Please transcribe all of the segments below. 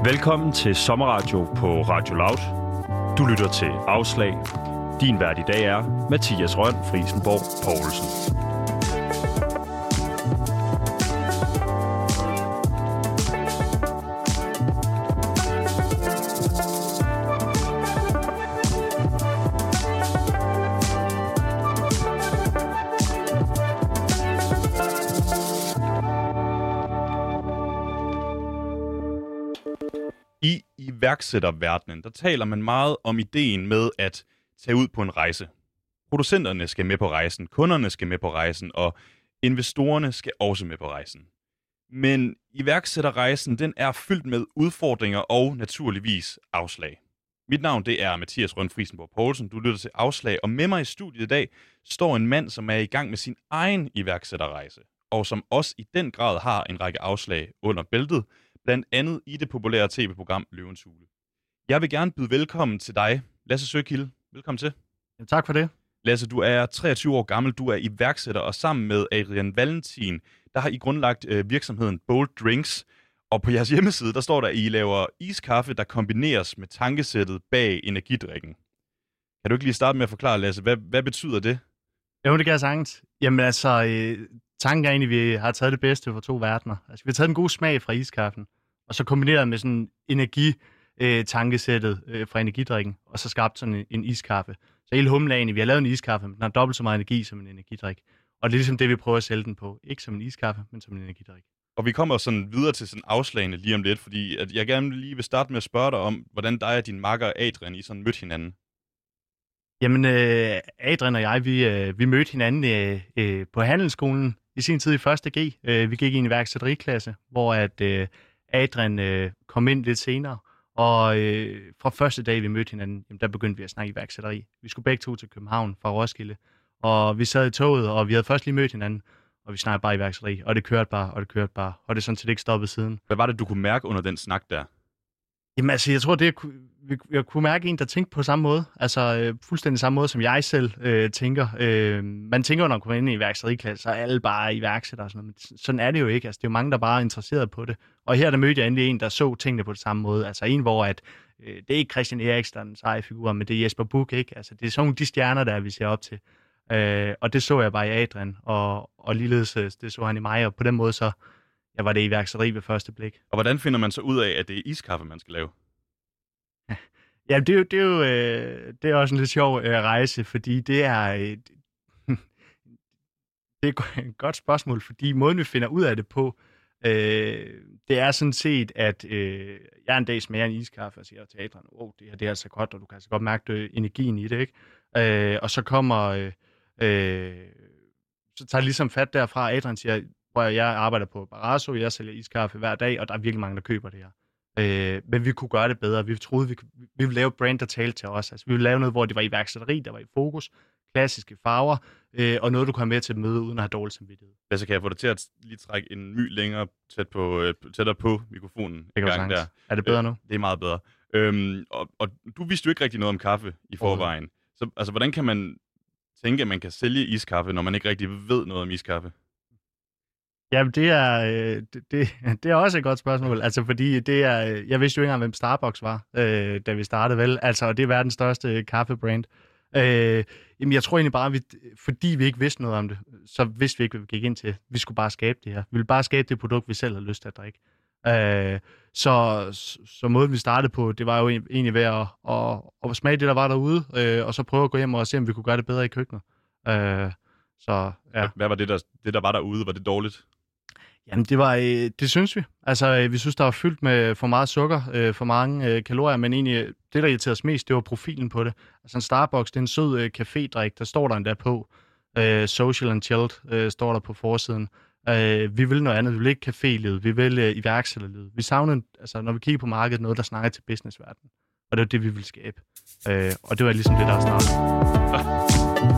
Velkommen til Sommerradio på Radio Loud. Du lytter til Afslag. Din vært i dag er Mathias Rønn Friesenborg Poulsen. I iværksætterverdenen, der taler man meget om ideen med at tage ud på en rejse. Producenterne skal med på rejsen, kunderne skal med på rejsen, og investorerne skal også med på rejsen. Men iværksætterrejsen, den er fyldt med udfordringer og naturligvis afslag. Mit navn, det er Mathias Rønn Friesenborg Poulsen. Du lytter til Afslag, og med mig i studiet i dag står en mand, som er i gang med sin egen iværksætterrejse, og som også i den grad har en række afslag under bæltet, blandt andet i det populære tv-program Løvens Hule. Jeg vil gerne byde velkommen til dig, Lasse Søkilde. Velkommen til. Ja, tak for det. Lasse, du er 23 år gammel, du er iværksætter, og sammen med Adrian Valentin, der har I grundlagt virksomheden Bold Drinks. Og på jeres hjemmeside, der står der, at I laver iskaffe, der kombineres med tankesættet bag energidrikken. Kan du ikke lige starte med at forklare, Lasse, hvad betyder det? Jo, det kan jeg sagtens. Jamen altså, tanken er egentlig, at vi har taget det bedste fra to verdener. Altså, vi har taget den gode smag fra iskaffen, og så kombineret med sådan tankesættet fra energidrikken, og så skabt sådan en iskaffe. Så hele humlen, vi har lavet en iskaffe, men den har dobbelt så meget energi som en energidrik. Og det er ligesom det, vi prøver at sælge den på. Ikke som en iskaffe, men som en energidrik. Og vi kommer sådan videre til sådan afslagene lige om lidt, fordi at jeg gerne lige vil starte med at spørge dig om, hvordan dig og din makker Adrian, I sådan mødte hinanden. Jamen, Adrian og jeg, vi mødte hinanden på handelsskolen i sin tid i 1. G. Vi gik i en iværksætteriklasse, hvor at Adrian kom ind lidt senere. Og fra første dag, vi mødte hinanden, jamen, der begyndte vi at snakke iværksætteri. Vi skulle begge to til København fra Roskilde, og vi sad i toget, og vi havde først lige mødt hinanden, og vi snakkede bare iværksætteri, og det kørte bare, og det er sådan set ikke stoppet siden. Hvad var det, du kunne mærke under den snak der? Jamen altså, jeg tror, jeg kunne mærke en, der tænkte på samme måde. Altså fuldstændig samme måde, som jeg selv tænker. Man tænker, når man kommer ind i iværksætteriklasse, så er alle bare iværksættere og sådan noget. Men sådan er det jo ikke. Altså, det er jo mange, der bare er interesseret på det. Og her der mødte jeg endelig en, der så tingene på det samme måde. Altså en, hvor at, det er ikke Christian Eriksen, der er en sej figur, men det er Jesper Buch, ikke? Altså, det er sådan de stjerner, der vi ser op til. Og det så jeg bare i Adrian, og ligeledes det så han i mig, og på den måde så var det iværksætteri ved første blik. Og hvordan finder man så ud af, at det er iskaffe, man skal lave? Ja, det er også en lidt sjov rejse, fordi det er et godt spørgsmål, fordi måden vi finder ud af det på, det er sådan set, at jeg en dag smager en iskaffe og siger til Adrian, det er altså godt, og du kan altså godt mærke energien i det, ikke? Og så kommer, så tager det ligesom fat derfra, Adrian siger, jeg arbejder på Barrasso, jeg sælger iskaffe hver dag, og der er virkelig mange, der køber det her. Men vi kunne gøre det bedre. Vi troede, vi ville lave brand, der talte til os. Altså, vi ville lave noget, hvor det var iværksætteri, der var i fokus, klassiske farver, og noget, du kan have med til et møde, uden at have dårlig samvittighed. Så kan jeg få dig til at lige trække en my længere tættere på mikrofonen. Det kan gang der. Er det bedre nu? Det er meget bedre. Og du vidste jo ikke rigtig noget om kaffe i forvejen. Så altså, hvordan kan man tænke, at man kan sælge iskaffe, når man ikke rigtig ved noget om iskaffe? Jamen, det er også et godt spørgsmål. Altså, fordi jeg vidste jo ikke engang, hvem Starbucks var, da vi startede, vel? Altså, og det er verdens største kaffebrand. Jamen, jeg tror egentlig bare, fordi vi ikke vidste noget om det, så vidste vi ikke, hvad vi gik ind til. Vi skulle bare skabe det her. Vi ville bare skabe det produkt, vi selv havde lyst til at drikke. Så måden, vi startede på, det var jo egentlig ved at smage det, der var derude, og så prøve at gå hjem og se, om vi kunne gøre det bedre i køkkenet. Så, ja. Hvad var det, der var derude? Var det dårligt? Jamen, det synes vi. Altså, vi synes, der var fyldt med for meget sukker, for mange kalorier, men egentlig, det, der irriterede os mest, det var profilen på det. Altså, en Starbucks, det er en sød cafédrik, der står der endda på. Social and chilled står der på forsiden. Vi vil noget andet. Vi vil ikke cafélivet. Vi vil iværksætterlivet. Vi savner, altså, når vi kigger på markedet, noget, der snakker til businessverdenen. Og det var det, vi ville skabe. Og det var ligesom det, der startede.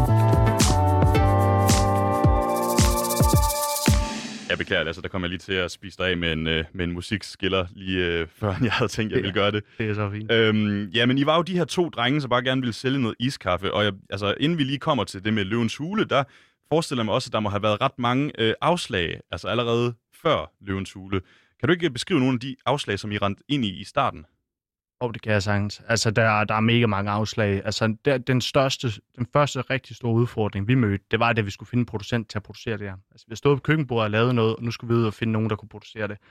Jeg beklager, altså der kom jeg lige til at spise dig af med en musikskiller, lige før jeg havde tænkt, jeg ville gøre det. Det er så fint. Ja, men I var jo de her to drenge, som bare gerne ville sælge noget iskaffe, og inden vi lige kommer til det med Løvens Hule, der forestiller jeg mig også, at der må have været ret mange afslag, altså allerede før Løvens Hule. Kan du ikke beskrive nogle af de afslag, som I rendte ind i starten? Det kan jeg sagtens. Altså, der er mega mange afslag. Altså, den første rigtig store udfordring, vi mødte, det var, at vi skulle finde en producent til at producere det her. Altså, vi stod på køkkenbordet og lavede noget, og nu skulle vi ud og finde nogen, der kunne producere det.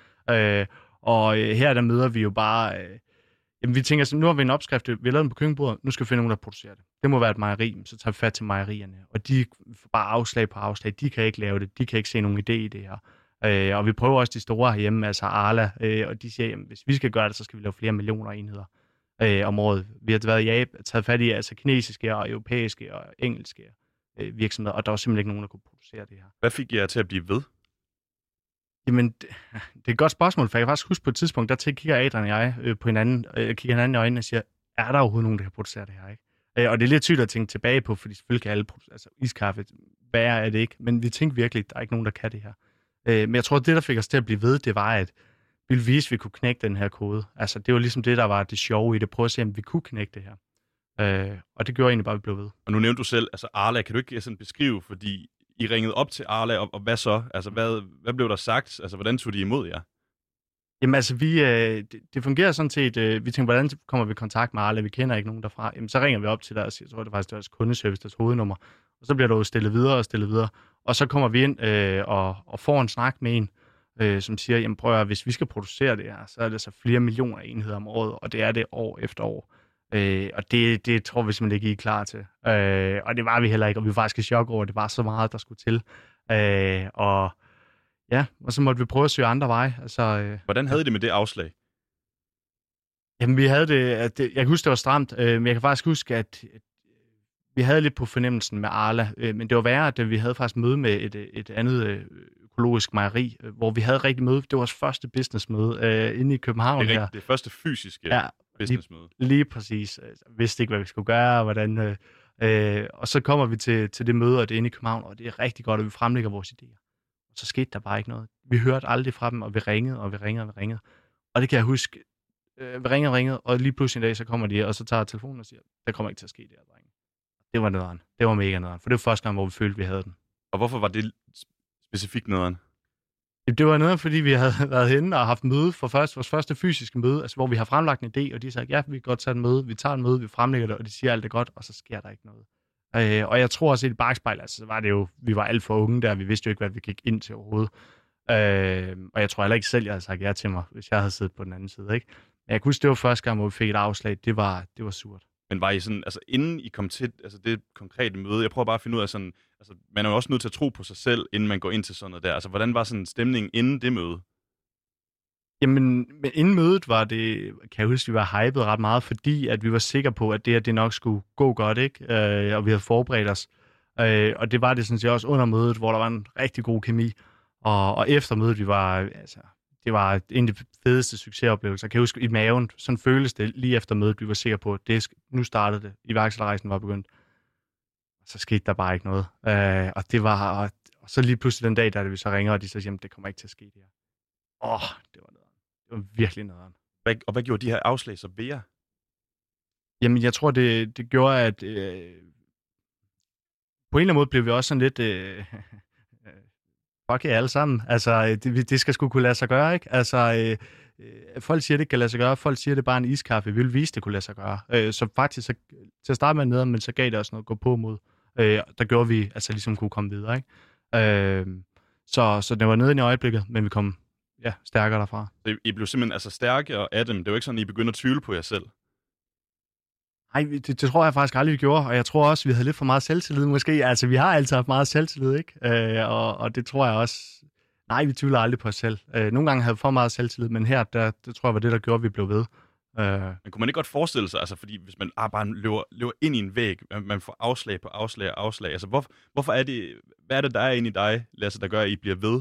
Her der møder vi jo bare... Jamen, vi tænker, nu har vi en opskrift, vi har lavet den på køkkenbordet, nu skal vi finde nogen, der producerer det. Det må være et mejeri, så tager vi fat til mejerierne. Og de får bare afslag på afslag. De kan ikke lave det, de kan ikke se nogen idé i det her. Og vi prøver også de store herhjemme, altså Arla, og de siger, jamen, hvis vi skal gøre det, så skal vi lave flere millioner enheder om året. Vi har været i Japan, taget fat i altså kinesiske og europæiske og engelske virksomheder, og der var simpelthen ikke nogen, der kunne producere det her. Hvad fik jer til at blive ved? Jamen, det er et godt spørgsmål, for jeg kan faktisk huske på et tidspunkt, der kigger Adrian og jeg på hinanden, kigger hinanden i øjnene og siger, er der overhovedet nogen, der kan producere det her, ikke? Og det er lidt sygt at tænke tilbage på, fordi selvfølgelig kan alle producere, altså iskaffe, værre er det ikke, men vi tænkte virkelig, der er ikke nogen, der kan det her. Men jeg tror, det, der fik os til at blive ved, det var, at vi ville vise, at vi kunne knække den her kode. Altså, det var ligesom det, der var det sjove i det. Prøve at se, om vi kunne knække det her. Og det gjorde egentlig bare, at vi blev ved. Og nu nævnte du selv, altså Arla, kan du ikke sådan beskrive, fordi I ringede op til Arla, og hvad så? Altså, hvad blev der sagt? Altså, hvordan tog de imod jer? Jamen altså, det fungerer sådan set, vi tænker, hvordan kommer vi i kontakt med Arla? Vi kender ikke nogen derfra. Jamen, så ringer vi op til deres, jeg tror, det var faktisk deres kundeservice, deres hovednummer. Og så bliver du stillet videre. Og så kommer vi ind og får en snak med en, som siger, jamen prøv at, hvis vi skal producere det her, så er det så flere millioner enheder om året, og det er det år efter år. Og det tror vi simpelthen ikke, I er klar til. Og det var vi heller ikke, og vi var faktisk i chok over, at det var så meget, der skulle til. Og så måtte vi prøve at søge andre veje. Altså, hvordan havde I det med det afslag? Jamen, vi havde det, jeg kan huske, det var stramt, men jeg kan faktisk huske, at vi havde lidt på fornemmelsen med Arla, men det var værre, at vi havde faktisk møde med et andet økologisk mejeri, hvor vi havde rigtig møde. Det var vores første businessmøde inde i København. Det er rigtigt, det første fysiske businessmøde. Lige præcis. Jeg vidste ikke, hvad vi skulle gøre, og hvordan... og så kommer vi til det møde, og det er inde i København, og det er rigtig godt, at vi fremlægger vores idéer. Og så skete der bare ikke noget. Vi hørte aldrig fra dem, og vi ringede. Og det kan jeg huske. Vi ringede, og lige pludselig en dag, så kommer de, og så tager telefonen og siger, der kommer ikke til at ske det her, drenge. Det var nederen. Det var mega nederen. For det var første gang, hvor vi følte, vi havde den. Og hvorfor var det specifikt nederen? Det var nederen, fordi vi havde været henne og haft møde for vores første fysiske møde, altså hvor vi har fremlagt en idé, og de sagde, ja, vi kan godt tage et møde, vi tager et møde, vi fremlægger det, og de siger alt det godt, og så sker der ikke noget. Og jeg tror også, i et bakspejl, altså, så var det jo, vi var alt for unge der, vi vidste jo ikke, hvad vi gik ind til overhovedet. Og jeg tror heller ikke selv, jeg havde sagt ja til mig, hvis jeg havde siddet på den anden side, ikke? Men jeg kunne huske, det var første gang, hvor vi fik et afslag, det var surt. Men var I sådan, altså inden I kom til altså det konkrete møde, jeg prøver bare at finde ud af sådan, altså man er jo også nødt til at tro på sig selv, inden man går ind til sådan noget der. Altså hvordan var sådan stemningen inden det møde? Jamen, inden mødet var det, kan jeg huske, vi var hypet ret meget, fordi at vi var sikre på, at det nok skulle gå godt, ikke? Og vi havde forberedt os. Og det var det sådan set også under mødet, hvor der var en rigtig god kemi. Og efter mødet, det var en af de fedeste succesoplevelser. Kan jeg huske, i maven, sådan føles det lige efter mødet, vi var sikre på, at nu startede det. Iværksætterrejsen var begyndt. Så skete der bare ikke noget. Og det var, og så lige pludselig den dag, da vi så ringer, og de så siger, det kommer ikke til at ske det her. Det var nederen. Det var virkelig nederen. Og hvad gjorde de her afslag så ved jer? Jamen, jeg tror, det gjorde, at på en eller anden måde blev vi også sådan lidt... fuck jer alle sammen. Altså, det skal sgu kunne lade sig gøre, ikke? Altså, folk siger, det kan lade sig gøre. Folk siger, det er bare en iskaffe. Vi vil vise, det kunne lade sig gøre. Så faktisk, til at starte med nederen, men så gav det også noget at gå på mod. Der gjorde vi, altså ligesom kunne komme videre, ikke? Så det var nede i øjeblikket, men vi kom stærkere derfra. I blev simpelthen altså stærkere af dem. Det var ikke sådan, I begyndte at tvivle på jer selv? Nej, det tror jeg faktisk aldrig, vi gjorde, og jeg tror også, vi havde lidt for meget selvtillid måske. Altså, vi har altid haft meget selvtillid, ikke? Og det tror jeg også... Nej, vi tvivler aldrig på os selv. Nogle gange havde vi for meget selvtillid, men her, det tror jeg var det, der gjorde, at vi blev ved. Men kunne man ikke godt forestille sig, altså fordi hvis man bare løber ind i en væg, man får afslag på afslag, altså hvorfor er det... Hvad er det, der er inde i dig, Lasse, der gør, at I bliver ved?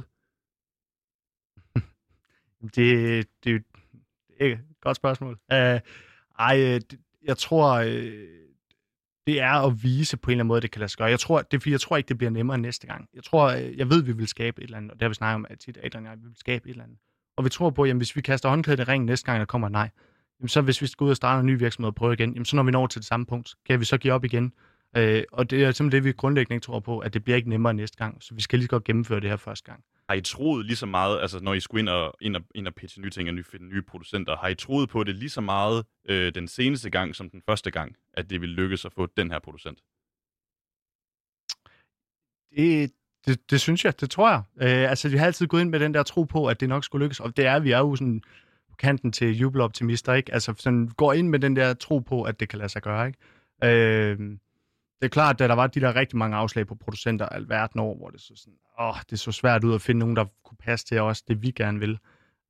Det er et godt spørgsmål. Jeg tror, det er at vise på en eller anden måde, det kan lade sig gøre. Jeg tror ikke, det bliver nemmere næste gang. Jeg ved, vi vil skabe et eller andet, og det har vi snakket om tit, Adrian og jeg, vi vil skabe et eller andet. Og vi tror på, at hvis vi kaster håndklædet i ringen næste gang, der kommer et nej, jamen så hvis vi skal ud og starte en ny virksomhed og prøve igen, jamen så når vi når til det samme punkt, kan vi så give op igen. Og det er simpelthen det, vi grundlæggende ikke tror på, at det bliver ikke nemmere næste gang, så vi skal lige godt gennemføre det her første gang. Har I troet lige så meget, altså når I skulle ind og pitche nye ting og finde nye producenter, har I troet på det lige så meget den seneste gang som den første gang, at det ville lykkes at få den her producent? Det synes jeg, det tror jeg. Altså, vi har altid gået ind med den der tro på, at det nok skulle lykkes, og vi er jo sådan på kanten til jubeloptimister, ikke? Altså, sådan går ind med den der tro på, at det kan lade sig gøre, ikke? Det er klart, at der var de der rigtig mange afslag på producenter alverden over, hvor det så sådan, det så svært ud at finde nogen, der kunne passe til os, det vi gerne vil.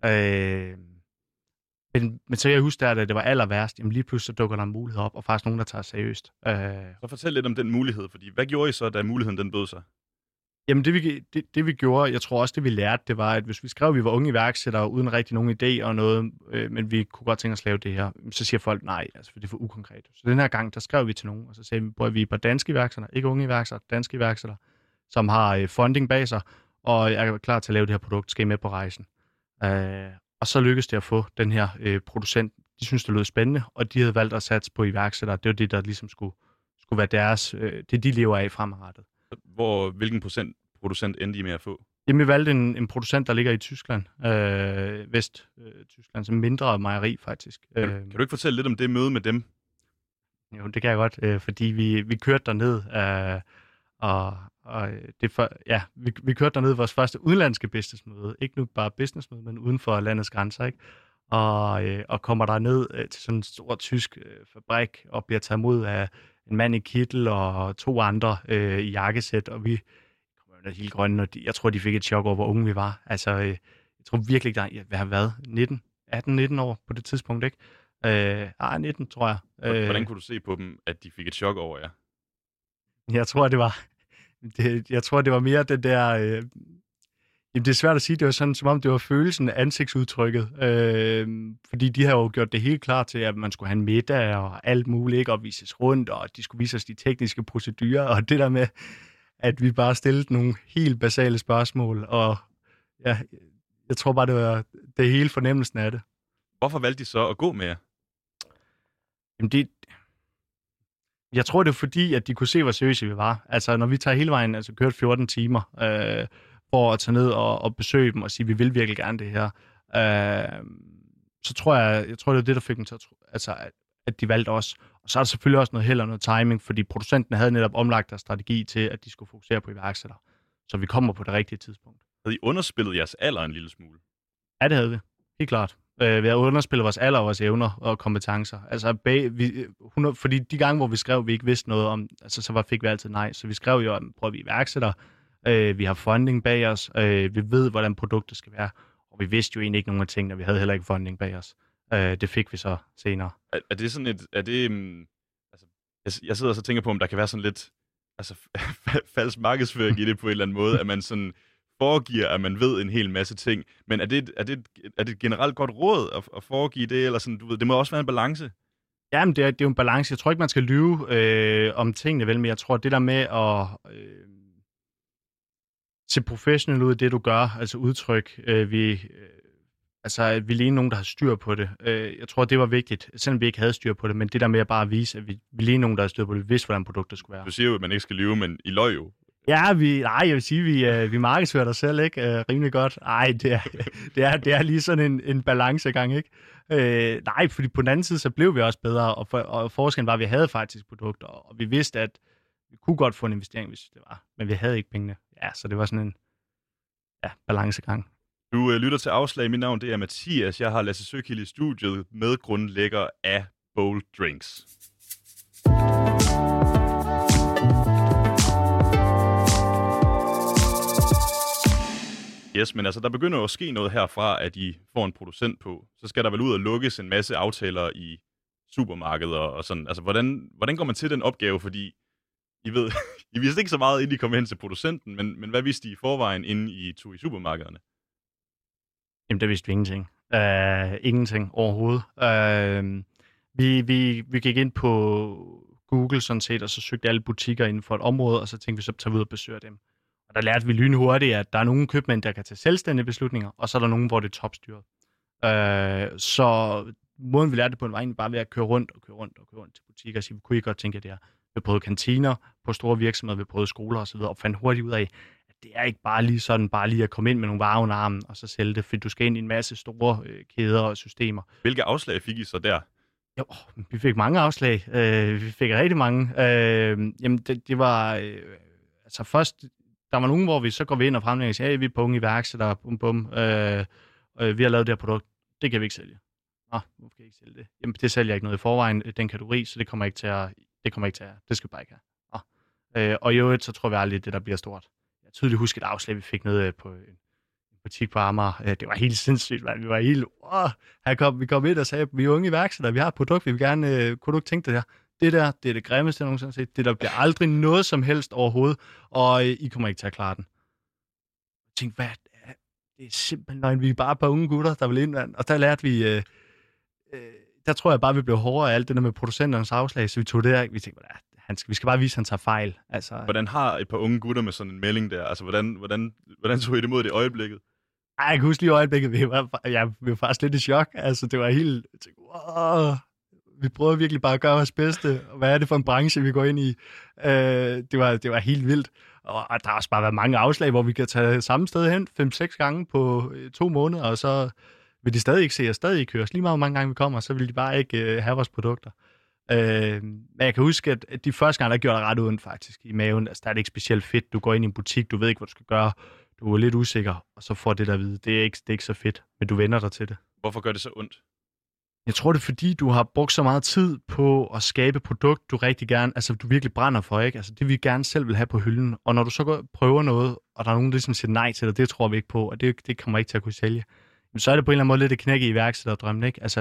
Men så jeg husker, at det var aller værst, jamen lige pludselig så dukker der en mulighed op, og faktisk nogen, der tager seriøst. Så fortæl lidt om den mulighed, fordi hvad gjorde I så, da muligheden den bød sig? Jamen det vi gjorde, jeg tror også det vi lærte, det var, at hvis vi skrev, at vi var unge iværksættere, uden rigtig nogen idé og noget, men vi kunne godt tænke os at lave det her, så siger folk nej, altså for det er for ukonkret. Så den her gang, der skrev vi til nogen, og så sagde vi, at vi er bare danske iværksættere, ikke unge iværksættere, danske iværksættere, som har funding bag sig, og jeg er klar til at lave det her produkt, skal I med på rejsen. Og så lykkedes det at få den her producent. De synes det lød spændende, og de havde valgt at satse på iværksættere. Det var det, der ligesom skulle være deres, det de lever af fremadrettet. Hvilken producent endte I med at få? Jamen, vi valgte en producent, der ligger i Tyskland. Vest-Tyskland, som mindre mejeri, faktisk. Kan du ikke fortælle lidt om det møde med dem? Jo, det kan jeg godt, fordi vi kørte derned, vi kørte derned vores første udenlandske businessmøde. Ikke nu bare businessmøde, men uden for landets grænser, ikke? Og kommer der ned til sådan en stor tysk fabrik og bliver taget imod af en mand i kittel og 2 andre i jakkesæt, og vi kommer jo helt grønne, og jeg tror, de fik et chok over, hvor unge vi var. Altså, jeg tror virkelig, der har været 18-19 år på det tidspunkt, ikke? 19, tror jeg. Hvordan kunne du se på dem, at de fik et chok over jer? Jeg tror, det var mere det der... Jamen, det er svært at sige. Det var sådan, som om det var følelsen af ansigtsudtrykket. Fordi de har jo gjort det helt klart til, at man skulle have en middag og alt muligt, ikke? Og vises rundt, og de skulle vise os de tekniske procedurer, og det der med, at vi bare stillede nogle helt basale spørgsmål. Og ja, jeg tror bare, det var det hele fornemmelsen af det. Hvorfor valgte de så at gå med jer? Jamen, jeg tror, det er fordi, at de kunne se, hvor seriøse vi var. Altså, når vi tager hele vejen, altså kørt 14 timer, for at tage ned og besøge dem og sige, at vi vil virkelig gerne det her, så tror jeg det er det, der fik dem til at tro, altså, at de valgte os. Og så er der selvfølgelig også noget held og noget timing, fordi producenten havde netop omlagt deres strategi til, at de skulle fokusere på iværksættere. Så vi kommer på det rigtige tidspunkt. Havde I underspillet jeres alder en lille smule? Ja, det havde vi. Helt klart. Vi har underspillet vores alder og vores evner og kompetencer. Altså, fordi de gange, hvor vi skrev, vi ikke vidste noget om, altså, så fik vi altid nej. Så vi skrev jo, prøv at vi iværksætter. Vi har funding bag os. Vi ved, hvordan produktet skal være. Og vi vidste jo egentlig ikke nogen af tingene, og vi havde heller ikke funding bag os. Det fik vi så senere. Er det sådan et... altså, jeg sidder og så tænker på, om der kan være sådan lidt falsk markedsføring i det på en eller anden måde, at man sådan foregiver, at man ved en hel masse ting. Men er det et generelt godt råd at foregive det, eller sådan, du ved, det må også være en balance? Jamen, det er jo en balance. Jeg tror ikke, man skal lyve om tingene vel, men jeg tror, det der med at se professionelt ud af det, du gør, altså udtryk, at vi ligner nogen, der har styr på det. Jeg tror, det var vigtigt, selvom vi ikke havde styr på det, men det der med at bare vise, at vi ligner nogen, der har styr på det, vi vidste, hvordan produktet skulle være. Du siger jo, at man ikke skal lyve, men I løg jo. Ja, jeg vil sige, vi markedsfører dig selv, ikke? Rimelig godt. Nej, det er lige sådan en balancegang, ikke? Nej, fordi på den anden side, så blev vi også bedre, og forskellen var, at vi havde faktisk produkter, og vi vidste, at vi kunne godt få en investering, hvis det var, men vi havde ikke pengene. Ja, så det var sådan en balancegang. Du lytter til Afslag. Mit navn det er Mathias. Jeg har Lasse Søkilde i studiet, medgrundlægger af Bold Drinks. Yes, men altså, der begynder jo at ske noget herfra, at I får en producent på. Så skal der vel ud og lukkes en masse aftaler i supermarkeder og sådan. Altså, hvordan går man til den opgave? Fordi I vidste ikke så meget, inden I kom hen til producenten, men hvad vidste I i forvejen, inden I tog i supermarkederne? Jamen, der vidste vi ingenting. Ingenting overhovedet. Vi gik ind på Google sådan set, og så søgte alle butikker inden for et område, og så tænkte vi, så tager vi ud og besøger dem. Og der lærte vi lynhurtigt, at der er nogle købmænd, der kan tage selvstændige beslutninger, og så er der nogle, hvor det er topstyret. Så måden, vi lærte det på, var egentlig bare ved at køre rundt til butikker og sige, vi kunne ikke godt tænke det her. Vi prøvede kantiner på store virksomheder, vi prøvede skoler osv., og fandt hurtigt ud af, at det er ikke bare lige sådan, bare lige at komme ind med nogle varer under armen, og så sælge det, for du skal ind i en masse store kæder og systemer. Hvilke afslag fik I så der? Jo, vi fik mange afslag. Vi fik rigtig mange. Jamen, det var... altså først, der var nogen, hvor vi så går vi ind og fremlægger og siger, hey, vi er på unge iværksættere, bum bum. Vi har lavet det her produkt. Det kan vi ikke sælge. Hvorfor kan I ikke sælge det? Jamen, det sælger jeg ikke noget i forvejen, den kategori, så det kommer ikke til at... Det skal vi bare ikke have. Og i øvrigt, så tror vi aldrig, det der bliver stort. Jeg tydeligt husker et afslag, vi fik noget på en butik på Amager. Det var helt sindssygt, man. Vi var helt... vi kom ind og sagde, vi er unge iværksættere, vi har et produkt, vi vil gerne... kunne du ikke tænke det her? Det der, det er det grimmeste, jeg nogensinde har set. Det der bliver aldrig noget som helst overhovedet, og I kommer ikke til at klare den. Jeg tænkte, hvad? Det er simpelthen løgn. Vi er bare et par unge gutter, der vil ind, og der lærte vi... der tror jeg bare, vi blev hårdere af alt det der med producenternes afslag, så vi tog det der. Vi tænkte, vi skal bare vise, at han tager fejl. Altså, hvordan har et par unge gutter med sådan en melding der? Altså, hvordan tog I det mod det øjeblikket? Ej, jeg kan huske lige i øjeblikket, vi var faktisk lidt i chok. Altså, det var helt... Jeg tænkte, wow, vi prøver virkelig bare at gøre vores bedste. Hvad er det for en branche, vi går ind i? Det var helt vildt. Og der har også bare været mange afslag, hvor vi kan tage samme sted hen 5-6 gange på 2 måneder, og så vil de stadig ikke se os, stadig ikke høre os. Lige meget, hvor mange gange vi kommer, så vil de bare ikke have vores produkter. Men jeg kan huske, at de første gange, der gjorde det ret ondt faktisk i maven. Altså, der er det ikke specielt fedt. Du går ind i en butik, du ved ikke, hvad du skal gøre. Du er lidt usikker, og så får det der at vide. Det er ikke så fedt, men du vender dig til det. Hvorfor gør det så ondt? Jeg tror, det er fordi, du har brugt så meget tid på at skabe et produkt, du rigtig gerne, altså du virkelig brænder for, ikke? Altså det vi gerne selv vil have på hylden. Og når du så går prøver noget, og der er nogen, der ligesom siger nej til dig, det tror vi ikke på, og det kommer ikke til at kunne sælge. Men så er det på en eller anden måde lidt et knæk i iværksætterdrømmen, ikke? Altså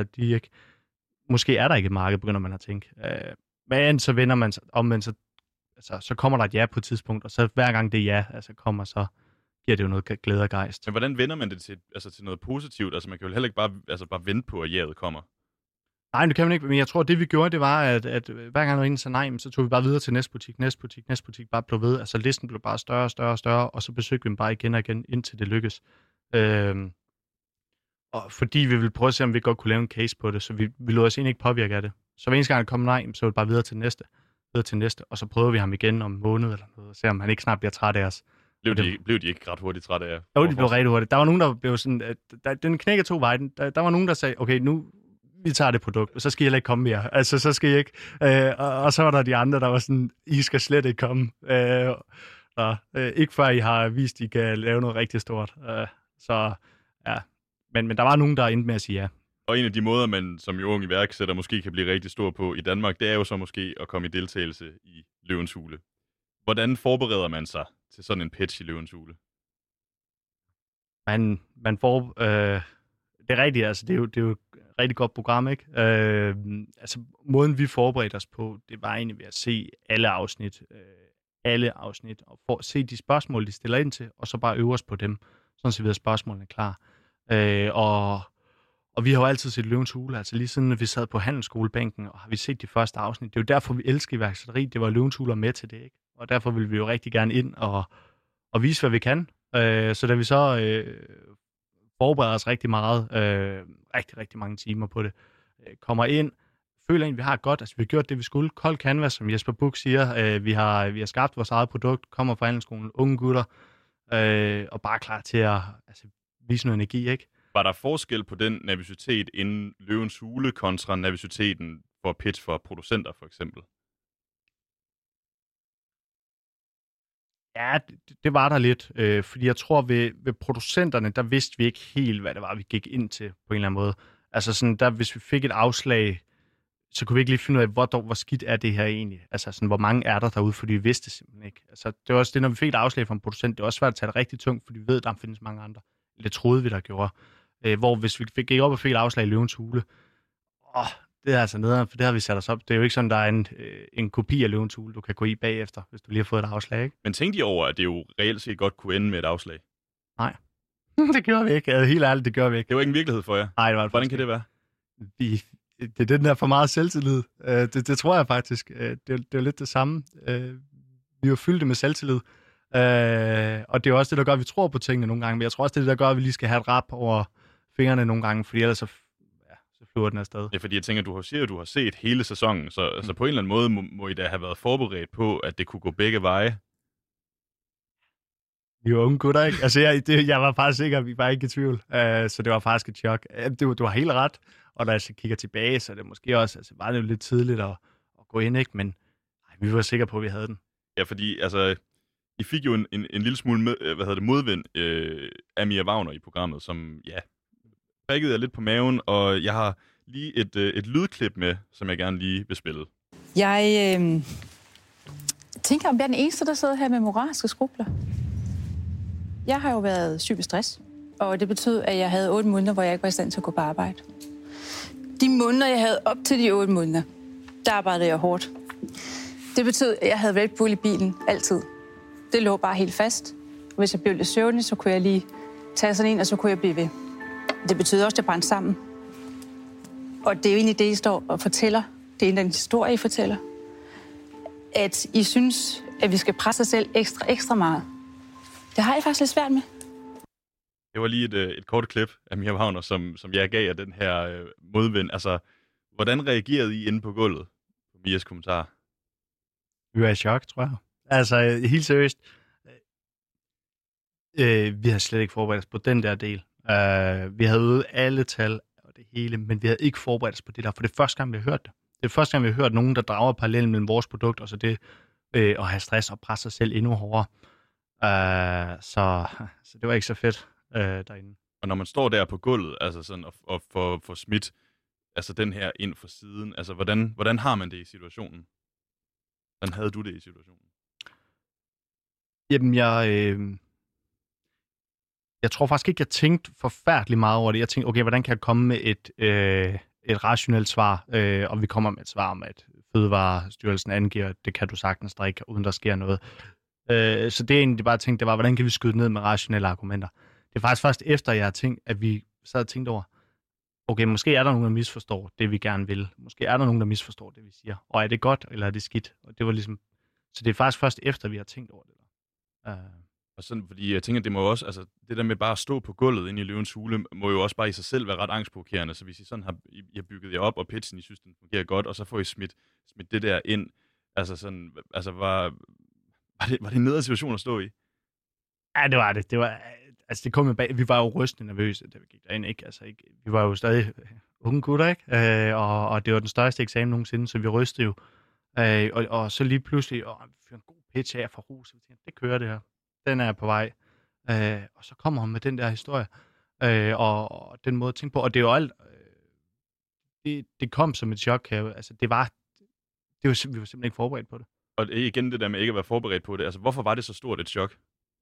måske er der ikke et marked, begynder man at tænke. Men så vender man sig om, så kommer der et ja på et tidspunkt, og så hver gang det ja kommer, så giver det jo noget glæde og gejst. Men hvordan vender man det til noget positivt? Altså man kan jo heller ikke bare vente på, at jaet kommer. Nej, det kan man ikke, men jeg tror, det vi gjorde, det var, at hver gang der var en, sagde nej, så tog vi bare videre til næste butik, bare blev ved. Altså listen blev bare større og større og større, og så besøgte vi dem bare igen og igen, indtil det lykkes. Og fordi vi ville prøve at se, om vi godt kunne lave en case på det, så vi lod os egentlig ikke påvirke af det. Så hver eneste gang der kom nej, så var det bare videre til næste, og så prøvede vi ham igen om en måned eller noget, og se om han ikke snart bliver træt af os. Blev de ikke ret hurtigt trætte af jer? Jo, de blev rigtig hurtigt. Der var nogen, der blev sådan, den knækker 2 veje. Der var nogen, der sagde, okay, nu vi tager det produkt, og så skal I heller ikke komme mere. Altså, så skal I ikke. Og så var der de andre, der var sådan, I skal slet ikke komme. Ikke før I har vist, I kan lave noget rigtig stort. Så ja. Men der var nogen, der endte med at sige ja. Og en af de måder, man som ung iværksætter måske kan blive rigtig stor på i Danmark, det er jo så måske at komme i deltagelse i Løvens Hule. Hvordan forbereder man sig til sådan en pitch i Løvens Hule? Man får... det er rigtigt, altså det er jo et rigtig godt program, ikke? Altså måden vi forberedte os på, det var egentlig ved at se alle afsnit, og se de spørgsmål, de stiller ind til, og så bare øve os på dem, sådan så vi har spørgsmålene klar. Og vi har jo altid set Løvens Hule, altså lige siden vi sad på handelsskolebænken, og har vi set de første afsnit. Det er jo derfor, vi elsker iværksætteri, det var Løvens Hule med til det, ikke? Og derfor vil vi jo rigtig gerne ind og vise, hvad vi kan. Så da vi så forbereder os rigtig meget, rigtig mange timer på det, kommer ind, føler egentlig, vi har et godt, altså vi har gjort det, vi skulle. Kold canvas, som Jesper Buch siger, vi har skabt vores eget produkt, kommer fra handelsskolen, unge gutter, og bare klar til at vise noget energi, ikke? Var der forskel på den nervøsitet inden Løvens Hule kontra nervøsiteten for pitch for producenter, for eksempel? Ja, det var der lidt, fordi jeg tror, ved producenterne, der vidste vi ikke helt, hvad det var, vi gik ind til på en eller anden måde. Altså sådan, der, hvis vi fik et afslag, så kunne vi ikke lige finde ud af, hvor skidt er det her egentlig? Altså sådan, hvor mange er der derude, fordi vi vidste simpelthen ikke. Altså, det var også det, når vi fik et afslag fra en producent, det var også svært at tage det rigtig tungt, fordi vi ved, at der findes mange andre. Det troede vi, der gjorde. Hvor hvis vi gik op og fik et afslag i Løvens Hule, det er altså nederen, for det har vi sat os op. Det er jo ikke sådan, der er en kopi af Løvens Hule, du kan gå i bagefter, hvis du lige har fået et afslag, ikke? Men tænkte I over, at det jo reelt set godt kunne ende med et afslag? Nej. Det gjorde vi ikke. Helt ærligt, det gjorde vi ikke. Det var ikke en virkelighed for jer? Nej, det var det. Hvordan kan det være? Det er den der for meget selvtillid. Det tror jeg faktisk. Det er lidt det samme. Vi er jo fyldte med selvtillid. Og det er også det, der gør, at vi tror på tingene nogle gange. Men jeg tror også, det er det, der gør, at vi lige skal have et rap over fingrene nogle gange, fordi ellers så flyver den afsted. Ja, fordi jeg tænker, du har set hele sæsonen, så altså på en eller anden måde må I da have været forberedt på, at det kunne gå begge veje. Vi var unge gutter, ikke? Altså, jeg var faktisk sikker, vi var ikke i tvivl. Så det var faktisk et chok. Du har helt ret. Og når jeg så kigger tilbage, så er det måske også, altså, var det jo lidt tidligt at gå ind, ikke? Men vi var sikre på, at vi havde den. Ja, fordi altså, I fik jo en lille smule modvind af Mia Wagner i programmet, som, ja, prikkede jeg lidt på maven, og jeg har lige et lydklip med, som jeg gerne lige vil spille. Jeg tænker, om jeg er den eneste, der sidder her med moralske skrubler. Jeg har jo været syg med stress, og det betød, at jeg havde 8 måneder, hvor jeg ikke var i stand til at gå på arbejde. De måneder, jeg havde op til de 8 måneder, der arbejdede jeg hårdt. Det betød, at jeg havde Red Bull i bilen altid. Det lå bare helt fast. Hvis jeg blev lidt søvnig, så kunne jeg lige tage sådan en, og så kunne jeg blive ved. Det betød også, at jeg brændte sammen. Og det er jo egentlig det, I står og fortæller. Det er en historie, I fortæller. At I synes, at vi skal presse os selv ekstra meget. Det har jeg faktisk lidt svært med. Det var lige et kort klip af Mia Wagner, som jeg gav af den her modvind. Altså, hvordan reagerede I inde på gulvet på Mias kommentar? Vi var i chok, tror jeg. Altså, helt seriøst. Vi havde slet ikke forberedt os på den der del. Vi havde øvet alle tal og det hele, men vi havde ikke forberedt os på det der, for det er første gang, vi har hørt det. Det er første gang, vi har hørt nogen, der drager parallellen mellem vores produkt og så det at have stress og presse sig selv endnu hårdere. Så det var ikke så fedt derinde. Og når man står der på gulvet, altså sådan, og får smidt altså den her ind fra siden, altså hvordan har man det i situationen? Hvordan havde du det i situationen? Jamen, jeg tror faktisk ikke, jeg tænkte forfærdeligt meget over det. Jeg tænkte, okay, hvordan kan jeg komme med et rationelt svar? Og vi kommer med et svar om, at Fødevarestyrelsen angiver, at det kan du sagtens drikke, uden der sker noget. Så det jeg egentlig bare tænkte, det var, hvordan kan vi skyde ned med rationelle argumenter? Det er faktisk først efter, jeg har tænkt, at vi sad og tænkte over, okay, måske er der nogen, der misforstår det, vi gerne vil. Måske er der nogen, der misforstår det, vi siger. Og er det godt, eller er det skidt? Og det var ligesom... Så det er faktisk først efter, vi har tænkt over det. Og sådan, fordi jeg tænker, det må jo også, altså det der med bare at stå på gulvet inde i Løvens Hule, må jo også bare i sig selv være ret angstprovokerende. Så hvis I sådan I har bygget jer op, og pitchen, I synes, den fungerer godt, og så får I smidt det der ind, altså sådan, altså var det en nedre situation at stå i? Ja, det var det. Altså det kom jo bag. Vi var jo rystende nervøse, da vi gik derind, ikke? Altså ikke, vi var jo stadig unge gutter, ikke? Og det var den største eksamen nogensinde, så vi rystede jo. Og så lige pludselig, vi fik en god pitch af fra Rus, det kører det her. Den er på vej. Og så kommer hun med den der historie, og den måde at tænke på. Og det er jo alt, det kom som et chok. Altså vi var simpelthen ikke forberedt på det. Og igen det der med ikke at være forberedt på det. Altså hvorfor var det så stort et chok?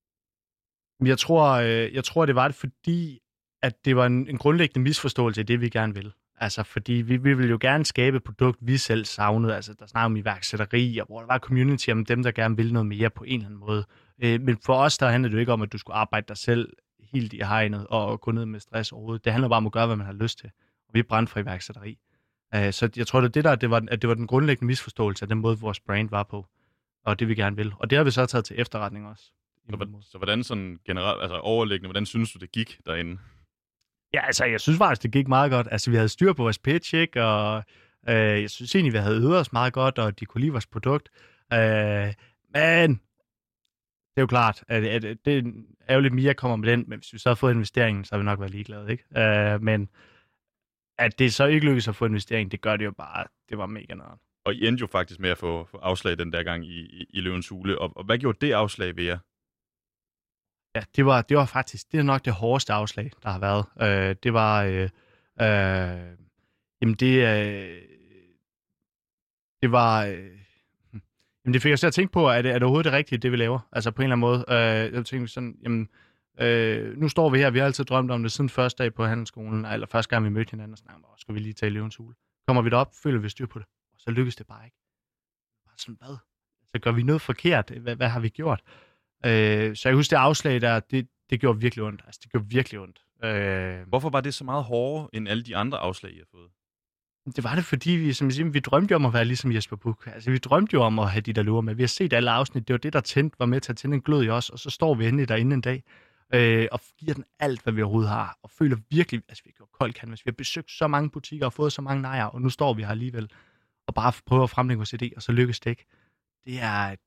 Jeg tror, det var det, fordi at det var en grundlæggende misforståelse af det, vi gerne vil. Altså, fordi vi vil jo gerne skabe et produkt, vi selv savnede. Altså, der snakker om iværksætteri, og hvor der var community om dem, der gerne ville noget mere på en eller anden måde. Men for os, der handler det jo ikke om, at du skulle arbejde dig selv helt i hegnet og gå ned med stress overhovedet. Det handler bare om at gøre, hvad man har lyst til. Og vi er brændt for iværksætteri. Så jeg tror, det var den grundlæggende misforståelse af den måde, vores brand var på, og det vi gerne vil. Og det har vi så taget til efterretning også. Så hvordan sådan generelt, altså overliggende, hvordan synes du, det gik derinde? Ja, altså, jeg synes faktisk, det gik meget godt. Altså, vi havde styr på vores pitch, ikke? Og jeg synes egentlig, vi havde øvet os meget godt, og de kunne lide vores produkt. Men det er jo klart, at det er jo lidt mere, kommer med den, men hvis vi så havde fået investeringen, så havde vi nok været ligeglade, ikke? Men at det så ikke lykkedes at få investeringen, det gør det jo bare, det var mega noget. Og I endte jo faktisk med at få afslag den der gang i Løvens Hule. Og hvad gjorde det afslag ved jer? Ja, det var faktisk, det er nok det hårdeste afslag, der har været. Det var, det fik jeg så at tænke på, er det overhovedet det rigtige, det vi laver? Altså på en eller anden måde. Jeg tænkte sådan, nu står vi her, vi har altid drømt om det siden første dag på handelsskolen, eller første gang vi mødte hinanden, og snakkede, skal vi lige tage Løvens Hule? Kommer vi derop, føler vi styr på det, og så lykkes det bare ikke. Bare sådan, hvad? Så gør vi noget forkert? Hvad har vi gjort? Så jeg husker, det afslag der, det gjorde virkelig ondt. Altså, det gjorde virkelig ondt. Hvorfor var det så meget hårdere end alle de andre afslag, I har fået? Det var det, fordi vi drømte jo om at være ligesom Jesper Buch. Altså, vi drømte jo om at have de der løver med. Vi har set alle afsnit. Det var det, der var med til at tænde en glød i os. Og så står vi endelig derinde en dag og giver den alt, hvad vi overhovedet har. Og føler virkelig, altså vi har gjort kold canvas. Vi har besøgt så mange butikker og fået så mange nejer. Og nu står vi her alligevel og bare prøver at fremlægge vores idé, og så lykkes det ikke.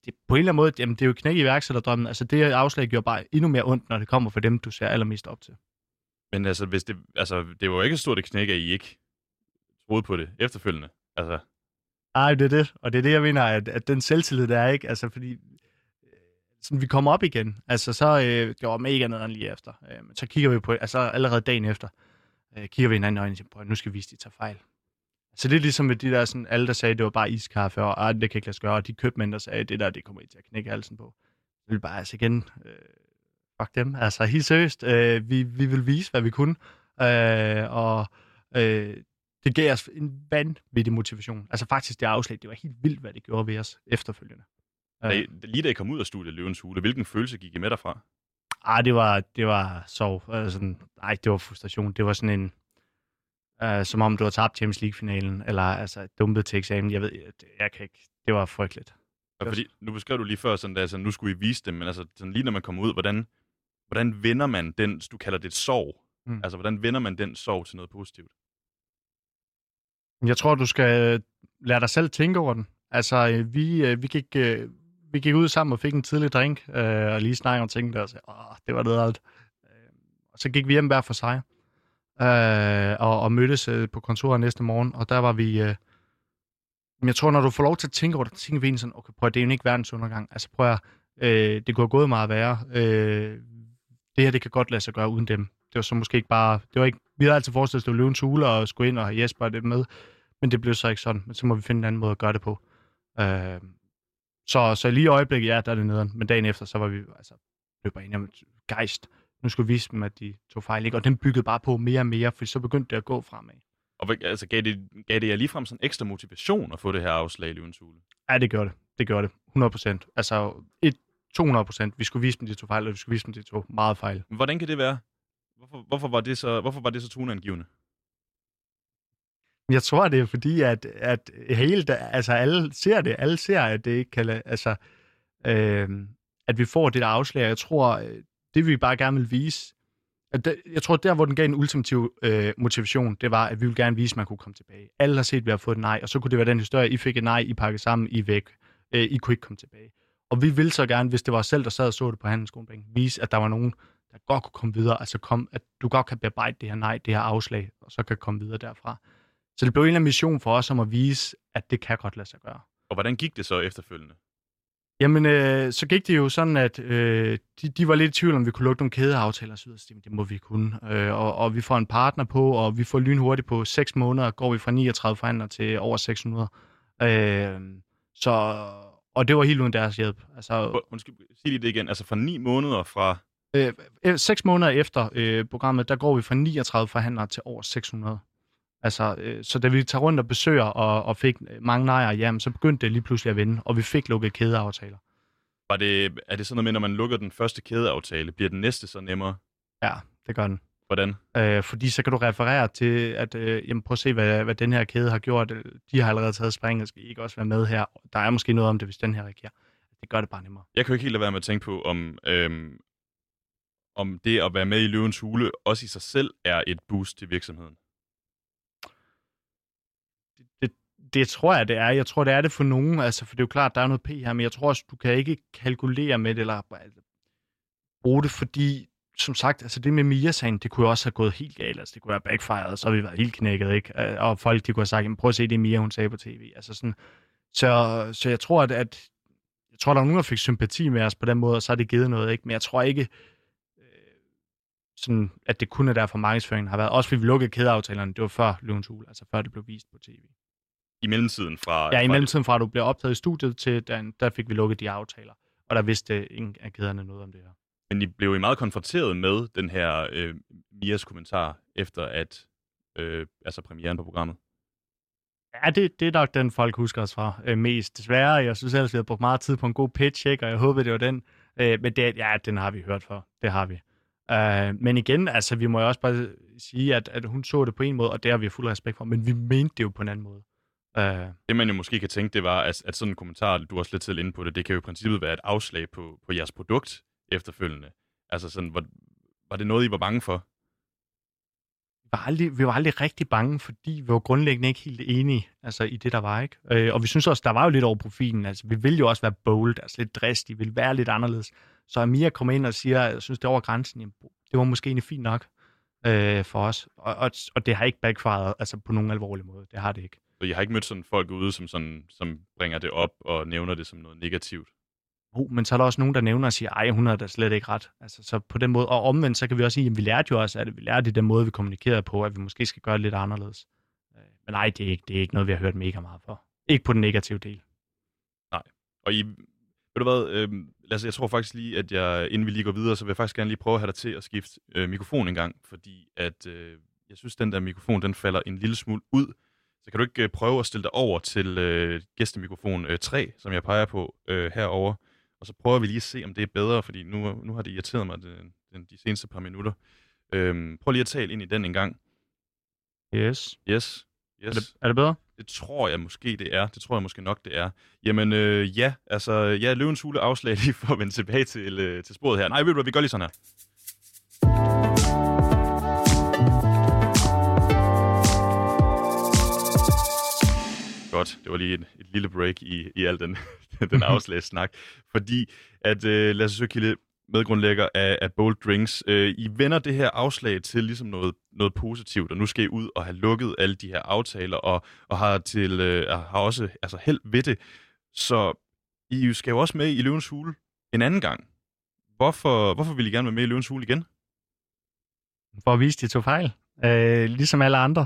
det, på en eller anden måde, jamen, det er jo knæk i iværksætterdrømmen. Altså, det afslag gjorde bare endnu mere ondt, når det kommer for dem, du ser allermest op til. Men altså, det var jo ikke så stort et knæk, at I ikke troede på det efterfølgende. Altså. Ej, det er det. Og det er det, jeg mener, at den selvtillid, der er, ikke? Altså, fordi sådan, vi kommer op igen. Altså, så det var mega nederen lige efter. Men så kigger vi på, altså allerede dagen efter, kigger vi hinanden i øjnene og siger, nu skal vi vise, at de tager fejl. Så det er ligesom med de der, sådan, alle der sagde, det var bare iskaffe, og det kan ikke lade sig gøre, og de købmænd, der sagde, det der, det kommer I til at knække halsen på. Vi vil bare altså igen, fuck dem. Altså helt seriøst, vi vil vise, hvad vi kunne, og det gav os en vanvittig motivation. Altså faktisk det afslag, det var helt vildt, hvad det gjorde ved os efterfølgende. Lige da I kom ud af studiet Løvens Hule, hvilken følelse gik I med derfra? Det var sorg. Det var frustration. Det var sådan en, som om du har tabt Champions League-finalen, eller altså dumpet til eksamen. Jeg kan ikke. Det var frygteligt. Fordi, nu beskrev du lige før, sådan, at altså, nu skulle I vise dem, men altså, sådan, lige når man kommer ud, hvordan vender man den, du kalder det sorg? Altså, hvordan vender man den sorg til noget positivt? Jeg tror, du skal lade dig selv tænke over den. Altså, vi gik ud sammen og fik en tidlig drink, og lige snakkede og tænkte, og sagde, det var noget. Og så gik vi hjem hver for sig, og mødtes på kontoret næste morgen, og der var vi... jeg tror, når du får lov til at tænke over det, tænker vi egentlig sådan, okay, prøv at det er jo ikke verdens undergang. Altså prøv at, det kunne have gået meget værre. Det her, det kan godt lade sig gøre uden dem. Det var så måske ikke bare... vi havde altid forestillet, at det var Løvens Hule og skulle ind og have Jesper det med, men det blev så ikke sådan. Men så må vi finde en anden måde at gøre det på. Så lige i øjeblikket, ja, der er det nederen. Men dagen efter, så var vi løb bare enige om gejst. Nu skulle vi vise dem, at de tog fejl, ikke? Og den byggede bare på mere og mere, for så begyndte det at gå fremad. Og altså, gav det jer ligefrem sådan ekstra motivation at få det her afslag i Løvens Hule? Ja, det gjorde det. Det gjorde det. 100%. Altså, 200%. Vi skulle vise dem, de tog fejl, og vi skulle vise dem, de tog meget fejl. Men hvordan kan det være? Hvorfor var det så toneangivende? Jeg tror, det er fordi, at alle ser det. Alle ser, at det ikke kan at vi får det der afslag. Jeg tror, det vi bare gerne vil vise, jeg tror, der hvor den gav en ultimativ motivation, det var, at vi ville gerne vise, at man kunne komme tilbage. Alle har set, at vi har fået et nej, og så kunne det være den historie, I fik et nej, I pakkede sammen, I væk. I kunne ikke komme tilbage. Og vi ville så gerne, hvis det var os selv, der sad og så det på handelsskolen, vise, at der var nogen, der godt kunne komme videre. Altså at du godt kan bearbejde det her nej, det her afslag, og så kan komme videre derfra. Så det blev en eller anden mission for os om at vise, at det kan godt lade sig gøre. Og hvordan gik det så efterfølgende? Jamen, så gik det jo sådan, at de var lidt i tvivl, om vi kunne lukke nogle kædeaftaler osv. Det må vi kunne. Og vi får en partner på, og vi får lynhurtigt på 6 måneder, går vi fra 39 forhandlere til over 600. Og det var helt uden deres hjælp. Altså, undskyld, sig lige det igen. Altså fra 9 måneder fra... 6 måneder efter programmet, der går vi fra 39 forhandlere til over 600. Altså, så da vi tager rundt og besøger og fik mange nejer, jamen, så begyndte det lige pludselig at vende, og vi fik lukket kædeaftaler. Er det sådan noget med, når man lukker den første kædeaftale, bliver den næste så nemmere? Ja, det gør den. Hvordan? Fordi så kan du referere til, at prøv at se, hvad den her kæde har gjort. De har allerede taget springet, skal I ikke også være med her? Der er måske noget om det, hvis den her reagerer. Det gør det bare nemmere. Jeg kan jo ikke helt lade være med at tænke på, om det at være med i Løvens Hule også i sig selv er et boost til virksomheden. Det tror jeg, det er. Jeg tror, det er det for nogen. Altså, for det er jo klart, der er noget P her, men jeg tror også, du kan ikke kalkulere med det, eller bruge det, fordi, som sagt, altså det med Mia-sagen, det kunne jo også have gået helt galt. Altså, det kunne være backfired, og så har vi været helt knækket, ikke? Og folk, de kunne have sagt, prøv at se det Mia, hun sagde på tv. Altså sådan, så jeg tror, der er nogen, der fik sympati med os på den måde, og så har det givet noget, ikke? Men jeg tror ikke, sådan, at det kun er derfor markedsføringen har været. Også fordi vi lukkede kædeaftalerne, det var før Løvens Hule, altså før det blev vist på tv. I mellemtiden fra... Ja, i mellemtiden fra, at du blev optaget i studiet til, der fik vi lukket de aftaler. Og der vidste ingen af kæderne noget om det her. Men I blev I meget konfronteret med den her Mias kommentar, efter at premieren på programmet? Ja, det er nok den, folk husker os fra mest. Desværre, jeg synes ellers, vi har brugt meget tid på en god pitch, ikke? Og jeg håber, det var den. Men den har vi hørt for. Det har vi. Men igen, altså, vi må jo også bare sige, at hun så det på en måde, og det har vi fuld respekt for. Men vi mente det jo på en anden måde. Det man jo måske kan tænke, det var, at sådan en kommentar, du er også lidt selv inde på det kan jo i princippet være et afslag på jeres produkt efterfølgende. Altså sådan, var det noget, I var bange for? Vi var aldrig rigtig bange, fordi vi var grundlæggende ikke helt enige altså, i det, der var. Ikke? Og vi synes også, der var jo lidt over profilen. Altså, vi ville jo også være bold, altså lidt dristige, vi ville være lidt anderledes. Så Amir kommer ind og siger, jeg synes, det er over grænsen. Jamen, det var måske egentlig fint nok for os. Og det har ikke backfired altså, på nogen alvorlig måde. Det har det ikke. Så jeg har ikke mødt sådan folk ude, som bringer det op og nævner det som noget negativt? Men så er der også nogen, der nævner og siger, ej, hun har da slet ikke ret. Altså, så på den måde, og omvendt, så kan vi også sige, at vi lærte jo også, at vi lærte den måde, vi kommunikerede på, at vi måske skal gøre det lidt anderledes. Men nej, det er ikke noget, vi har hørt mega meget for. Ikke på den negative del. Nej. Og ved du hvad, Lasse, jeg tror faktisk lige, at inden vi lige går videre, så vil jeg faktisk gerne lige prøve at have dig til at skifte mikrofon en gang, fordi at jeg synes, den der mikrofon, den falder en lille smule ud. Så kan du ikke prøve at stille dig over til gæstemikrofon 3, som jeg peger på herover. Og så prøver vi lige at se, om det er bedre, fordi nu har det irriteret mig de seneste par minutter. Prøv lige at tale ind i den en gang. Yes. Er det bedre? Det tror jeg måske, det er. Det tror jeg måske nok, det er. Jamen, ja. Altså, Løvens Hule afslag lige for at vende tilbage til sporet her. Nej, ved du hvad, vi gør lige sådan her. Godt, det var lige et lille break i al den afslagssnak. Fordi at Lasse Søkilde, medgrundlægger af Bold Drinks, I vender det her afslag til ligesom noget positivt, og nu skal I ud og have lukket alle de her aftaler, og har også altså held ved det. Så I skal jo også med i Løvens Hule en anden gang. Hvorfor vil I gerne være med i Løvens Hule igen? For at vise, de tog fejl. Ligesom alle andre.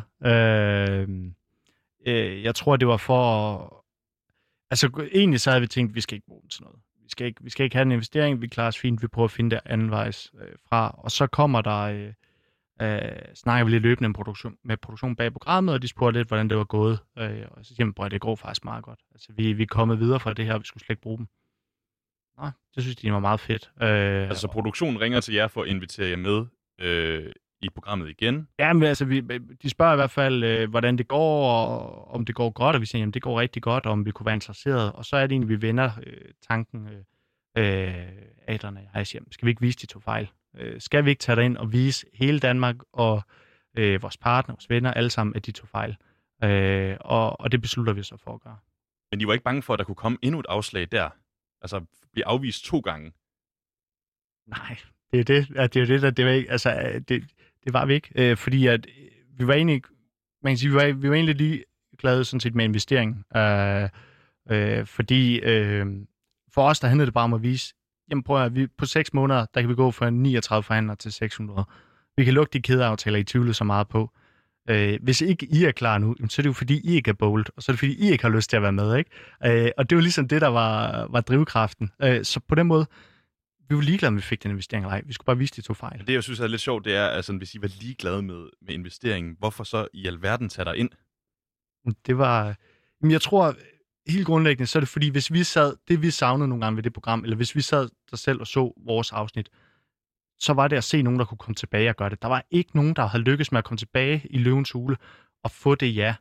Jeg tror, det var for... Altså, egentlig så havde vi tænkt, at vi skal ikke bruge den til noget. Vi skal ikke have en investering, vi klarer os fint, vi prøver at finde det andenvejs fra. Og så kommer der... snakker vi lidt løbende med produktion bag programmet, og de spurgte lidt, hvordan det var gået. Og så siger man, det går faktisk meget godt. Altså, vi er kommet videre fra det her, og vi skulle slet ikke bruge dem. Nå, det synes de var meget fedt. Altså, produktionen ringer til jer for at invitere jer med i programmet igen? Ja, men altså, de spørger i hvert fald, hvordan det går, og om det går godt, og vi siger, jamen det går rigtig godt, og om vi kunne være interesseret. Og så er det egentlig, vi vender tanken, Adrian og jeg siger, skal vi ikke vise, de tog fejl? Skal vi ikke tage ind og vise hele Danmark og vores partner, vores venner, alle sammen, at de tog fejl? Og det beslutter vi så for at gøre. Men de var ikke bange for, at der kunne komme endnu et afslag der? Altså, blive afvist 2 gange? Nej, det er det, det var ikke, altså, det var vi ikke, fordi at vi var egentlig, man kan sige, vi var egentlig lige glade sådan set med investeringen, fordi for os, der handlede det bare om at vise, jamen prøv at vi på 6 måneder, der kan vi gå fra 39 forhandlere til 600. Vi kan lukke de kædeaftaler, I tvivlede så meget på. Hvis ikke I er klar nu, så er det jo fordi, I ikke er bold, og så er det fordi, I ikke har lyst til at være med, ikke? Og det var ligesom det, der var drivkraften. Så på den måde, vi var ligeglade med, at vi fik den investering eller ej. Vi skulle bare vise, de tog fejl. Det, jeg synes er lidt sjovt, det er, altså, hvis I var ligeglade med investeringen, hvorfor så i alverden tage dig ind? Det var... Jeg tror, helt grundlæggende, så er det fordi, hvis vi sad... Det, vi savnede nogle gange ved det program, eller hvis vi sad der selv og så vores afsnit, så var det at se nogen, der kunne komme tilbage og gøre det. Der var ikke nogen, der havde lykkes med at komme tilbage i Løvens Hule og få det ja.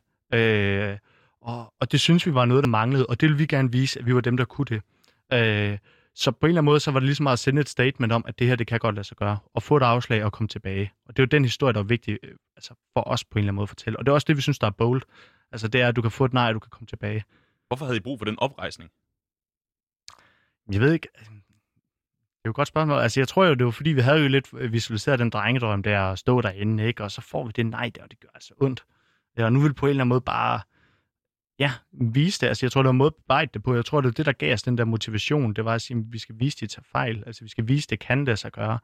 Og det synes vi var noget, der manglede, og det ville vi gerne vise, at vi var dem, der kunne det. Så på en eller anden måde, så var det ligesom at sende et statement om, at det her, det kan godt lade sig gøre, og få et afslag og komme tilbage. Og det er jo den historie, der er vigtig altså for os på en eller anden måde at fortælle. Og det er også det, vi synes, der er bold. Altså det er, at du kan få et nej, og du kan komme tilbage. Hvorfor havde I brug for den oprejsning? Jeg ved ikke. Det er jo et godt spørgsmål. Altså jeg tror jo, det var fordi, vi havde jo lidt visualiseret den drengedrøm der, og stå derinde, ikke? Og så får vi det nej der, og det gør altså ondt. Ja, og nu vil på en eller anden måde bare... Ja, vise det. Altså, jeg tror, det var en måde at bearbejde det på. Jeg tror, det var det, der gav os den der motivation. Det var at sige, at vi skal vise, at de tager fejl. Altså, vi skal vise, det kan det sig gøre.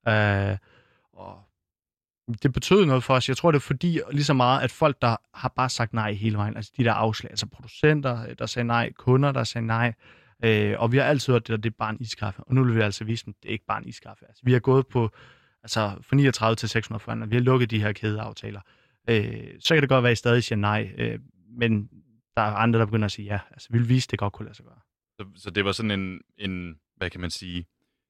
Og det betød noget for os. Jeg tror, det er fordi lige så meget, at folk, der har bare sagt nej hele vejen, altså de der afslag, altså producenter, der sagde nej, kunder, der sagde nej, og vi har altid hørt, det er bare en iskaffe. Og nu vil vi altså vise dem, det er ikke bare en iskaffe. Altså, vi har gået på, altså fra 39 til 600 forhandler. Vi har lukket de her kædeaftaler. Så kan det godt være, at I stadig siger nej, men der er andre, der begynder at sige ja. Altså, vi vil vise, det godt kunne lade sig gøre. Så det var sådan en hvad kan man sige,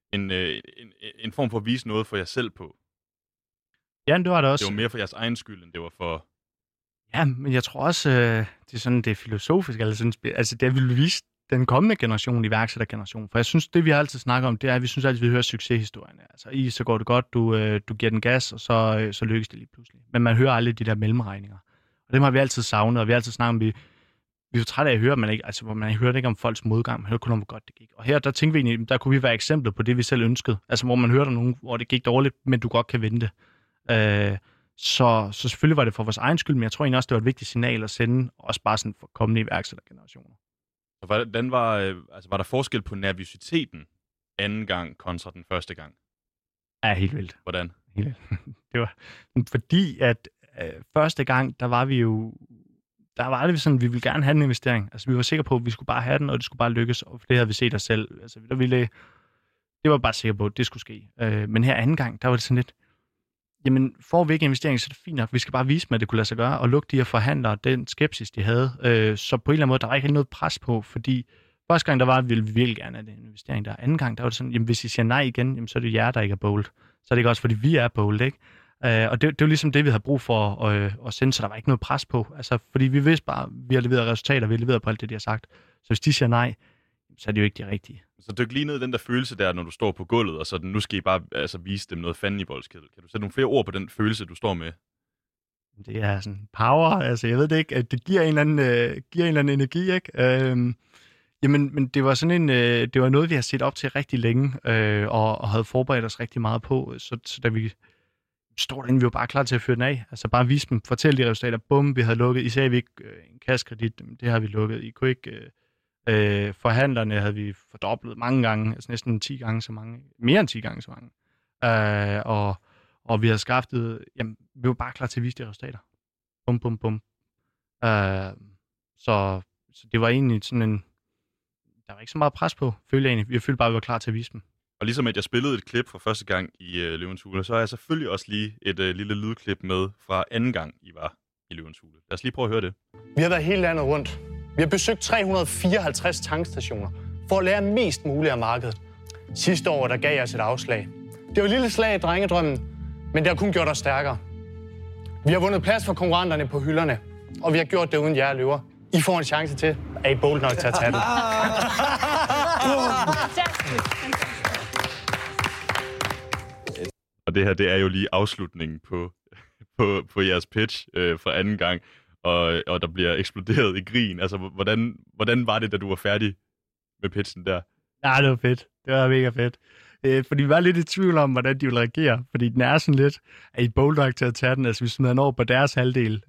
en form for at vise noget for jer selv på? Ja, det var det også. Det var mere for jeres egen skyld, end det var for... Ja, men jeg tror også, det er filosofisk. Altså det vil vise, den kommende generation, iværksættergeneration. For jeg synes, det vi altid snakker om, det er, at vi synes altid, vi hører succeshistorierne. Altså, så går det godt, du giver den gas, og så lykkes det lige pludselig. Men man hører aldrig de der mellemregninger. Og dem har vi altid savnet, og vi har altid snakket om, vi er trætte af at høre, man hører ikke om folks modgang, man hører kun om, hvor godt det gik. Og her, der tænkte vi egentlig, der kunne vi være eksempler på det, vi selv ønskede. Altså, hvor man hørte nogen, hvor det gik dårligt, men du godt kan vente. Så selvfølgelig var det for vores egen skyld, men jeg tror egentlig også, det var et vigtigt signal at sende, også bare sådan for kommende iværksættergenerationer. Hvordan var der forskel på nervøsiteten anden gang kontra den første gang? Ja, helt vildt. Hvordan? Helt vildt. Det var fordi, at første gang, der var det sådan, vi ville gerne have en investering. Altså, vi var sikre på, at vi skulle bare have den, og det skulle bare lykkes, og det havde vi set os selv. Altså, det var bare sikker på, at det skulle ske. Men her anden gang, der var det sådan lidt, jamen, får vi ikke investering, så er det fint nok. Vi skal bare vise dem, at det kunne lade sig gøre, og lukke de her forhandlere, den skepsis, de havde. Så på en eller anden måde, der var ikke noget pres på, fordi første gang, der var, ville vi virkelig gerne have den investering der. Anden gang, der var det sådan, jamen, hvis I siger nej igen, jamen, så er det jer, der ikke er bold. Så er det ikke også, fordi vi er bold, ikke? Og det var ligesom det, vi havde brug for at sende, så der var ikke noget pres på. Altså, fordi vi vidste bare, vi har leveret resultater, vi har leveret på alt det, de har sagt. Så hvis de siger nej, så er det jo ikke de rigtige. Så dyk lige ned i den der følelse der, når du står på gulvet, og så nu skal I bare vise dem noget fanden i boldskædet. Kan du sætte nogle flere ord på den følelse, du står med? Det er sådan power, altså jeg ved det ikke, at det giver en eller anden energi, ikke? Men det var sådan det var noget, vi har set op til rigtig længe, og havde forberedt os rigtig meget på, så da vi står derinde, vi var bare klar til at føre den af. Altså bare vise dem, fortælle de resultater, bum, vi havde lukket. I sagde, vi ikke en kassekredit, det har vi lukket. I kunne ikke... forhandlerne havde vi fordoblet mange gange, altså næsten 10 gange så mange, mere end 10 gange så mange. Og vi havde skaffet, jamen, vi var bare klar til at vise de resultater. Bum, bum, bum. Så det var egentlig sådan der var ikke så meget pres på, følte jeg egentlig. Vi følte bare, at vi var klar til at vise dem. Og ligesom at jeg spillede et klip fra første gang i Løvens Hule, så har jeg selvfølgelig også lige et lille lydklip med fra anden gang, I var i Løvens Hule. Lad os lige prøve at høre det. Vi har været hele landet rundt. Vi har besøgt 354 tankstationer for at lære mest muligt af markedet. Sidste år, der gav jeg os et afslag. Det var et lille slag i drengedrømmen, men det har kun gjort os stærkere. Vi har vundet plads for konkurrenterne på hylderne, og vi har gjort det uden jer løver. I får en chance til. Er I bold nok til at tage den? Og det her, det er jo lige afslutningen på jeres pitch fra anden gang, og der bliver eksploderet i grin. Altså, hvordan var det, da du var færdig med pitchen der? Ja, det var fedt. Det var mega fedt. Fordi vi var lidt i tvivl om, hvordan de ville reagere. Fordi den er sådan lidt, er I bold nok til at tage den? Altså, vi smider den over på deres halvdel.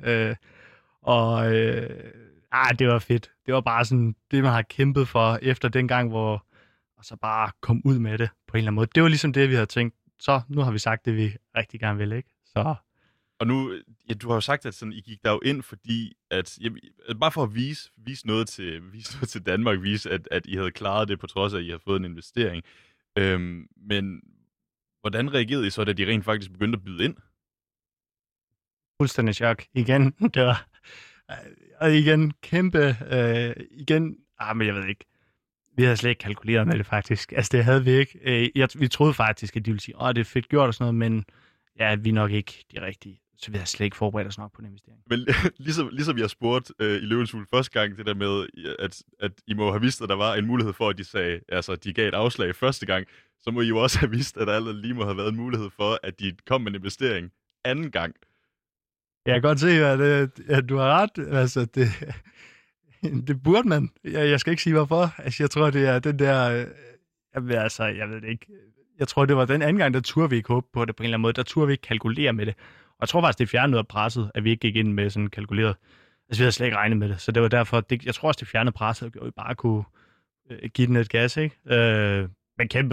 Det var fedt. Det var bare sådan det, man har kæmpet for efter den gang, og så bare kom ud med det på en eller anden måde. Det var ligesom det, vi havde tænkt. Så nu har vi sagt det, vi rigtig gerne vil, ikke? Så... Og nu, ja, du har jo sagt, at sådan, I gik der jo ind, fordi at, bare for at vise noget til Danmark, vise, at I havde klaret det, på trods af, at I havde fået en investering. Men hvordan reagerede I så, da de rent faktisk begyndte at byde ind? Fuldstændig chok. Igen, det var... Og igen, kæmpe... men jeg ved ikke. Vi havde slet ikke kalkuleret med det, faktisk. Altså, det havde vi ikke. Vi troede faktisk, at de ville sige, det er fedt gjort og sådan noget, men ja, vi er nok ikke de rigtige. Så vi havde slet ikke forberedt os nok på en investering. Men ligesom jeg spurgte i Løvens Hule første gang, det der med, at I må have vidst, at der var en mulighed for, at de sagde, altså de gav et afslag første gang, så må I jo også have vidst, at der allerede lige må have været en mulighed for, at de kom med en investering anden gang. Jeg kan godt se, at du har ret. Altså, det burde man. Jeg skal ikke sige, hvorfor. Altså, jeg tror, det er den der... jeg ved det ikke. Jeg tror, det var den anden gang, der turde vi ikke håbe på det på en eller anden måde. Der turde vi ikke kalkulere med det. Og jeg tror faktisk, det fjernede noget af presset, at vi ikke gik ind med sådan kalkuleret. Altså, vi havde slet ikke regnet med det. Så det var derfor, jeg tror også, det fjernede presset, at vi bare kunne give den et gas, ikke? Men kæmpe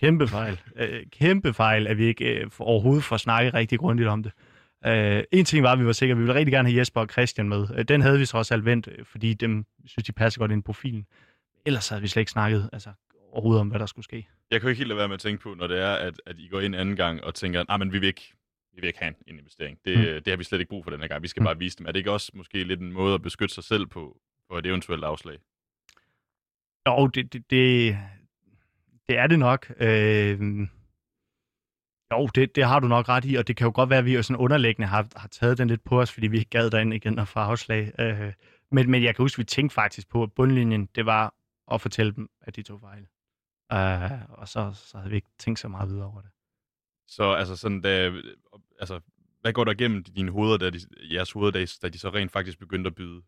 fejl, at vi ikke overhovedet får snakket rigtig grundigt om det. En ting var, at vi var sikre, vi ville rigtig gerne have Jesper og Christian med. Den havde vi så også vendt, fordi dem synes, de passer godt ind i profilen. Ellers havde vi slet ikke snakket overhovedet om, hvad der skulle ske. Jeg kan jo ikke helt lade være med at tænke på, når det er, at I går ind anden gang og tænker, men vi vil ikke have en investering. Det har vi slet ikke brug for den her gang. Vi skal bare vise dem. Er det ikke også måske lidt en måde at beskytte sig selv på et eventuelt afslag? Jo, det er det nok. Jo, det har du nok ret i, og det kan jo godt være, at vi jo sådan underliggende har taget den lidt på os, fordi vi ikke gad derinde igen og få afslag. Men jeg kan huske, at vi tænkte faktisk på, at bundlinjen, det var, og fortælle dem, at de tog fejl. Og så havde vi ikke tænkt så meget videre over det. Så altså sådan, hvad går der igennem dine hoveder, jeres hoveder, da de så rent faktisk begyndte at byde?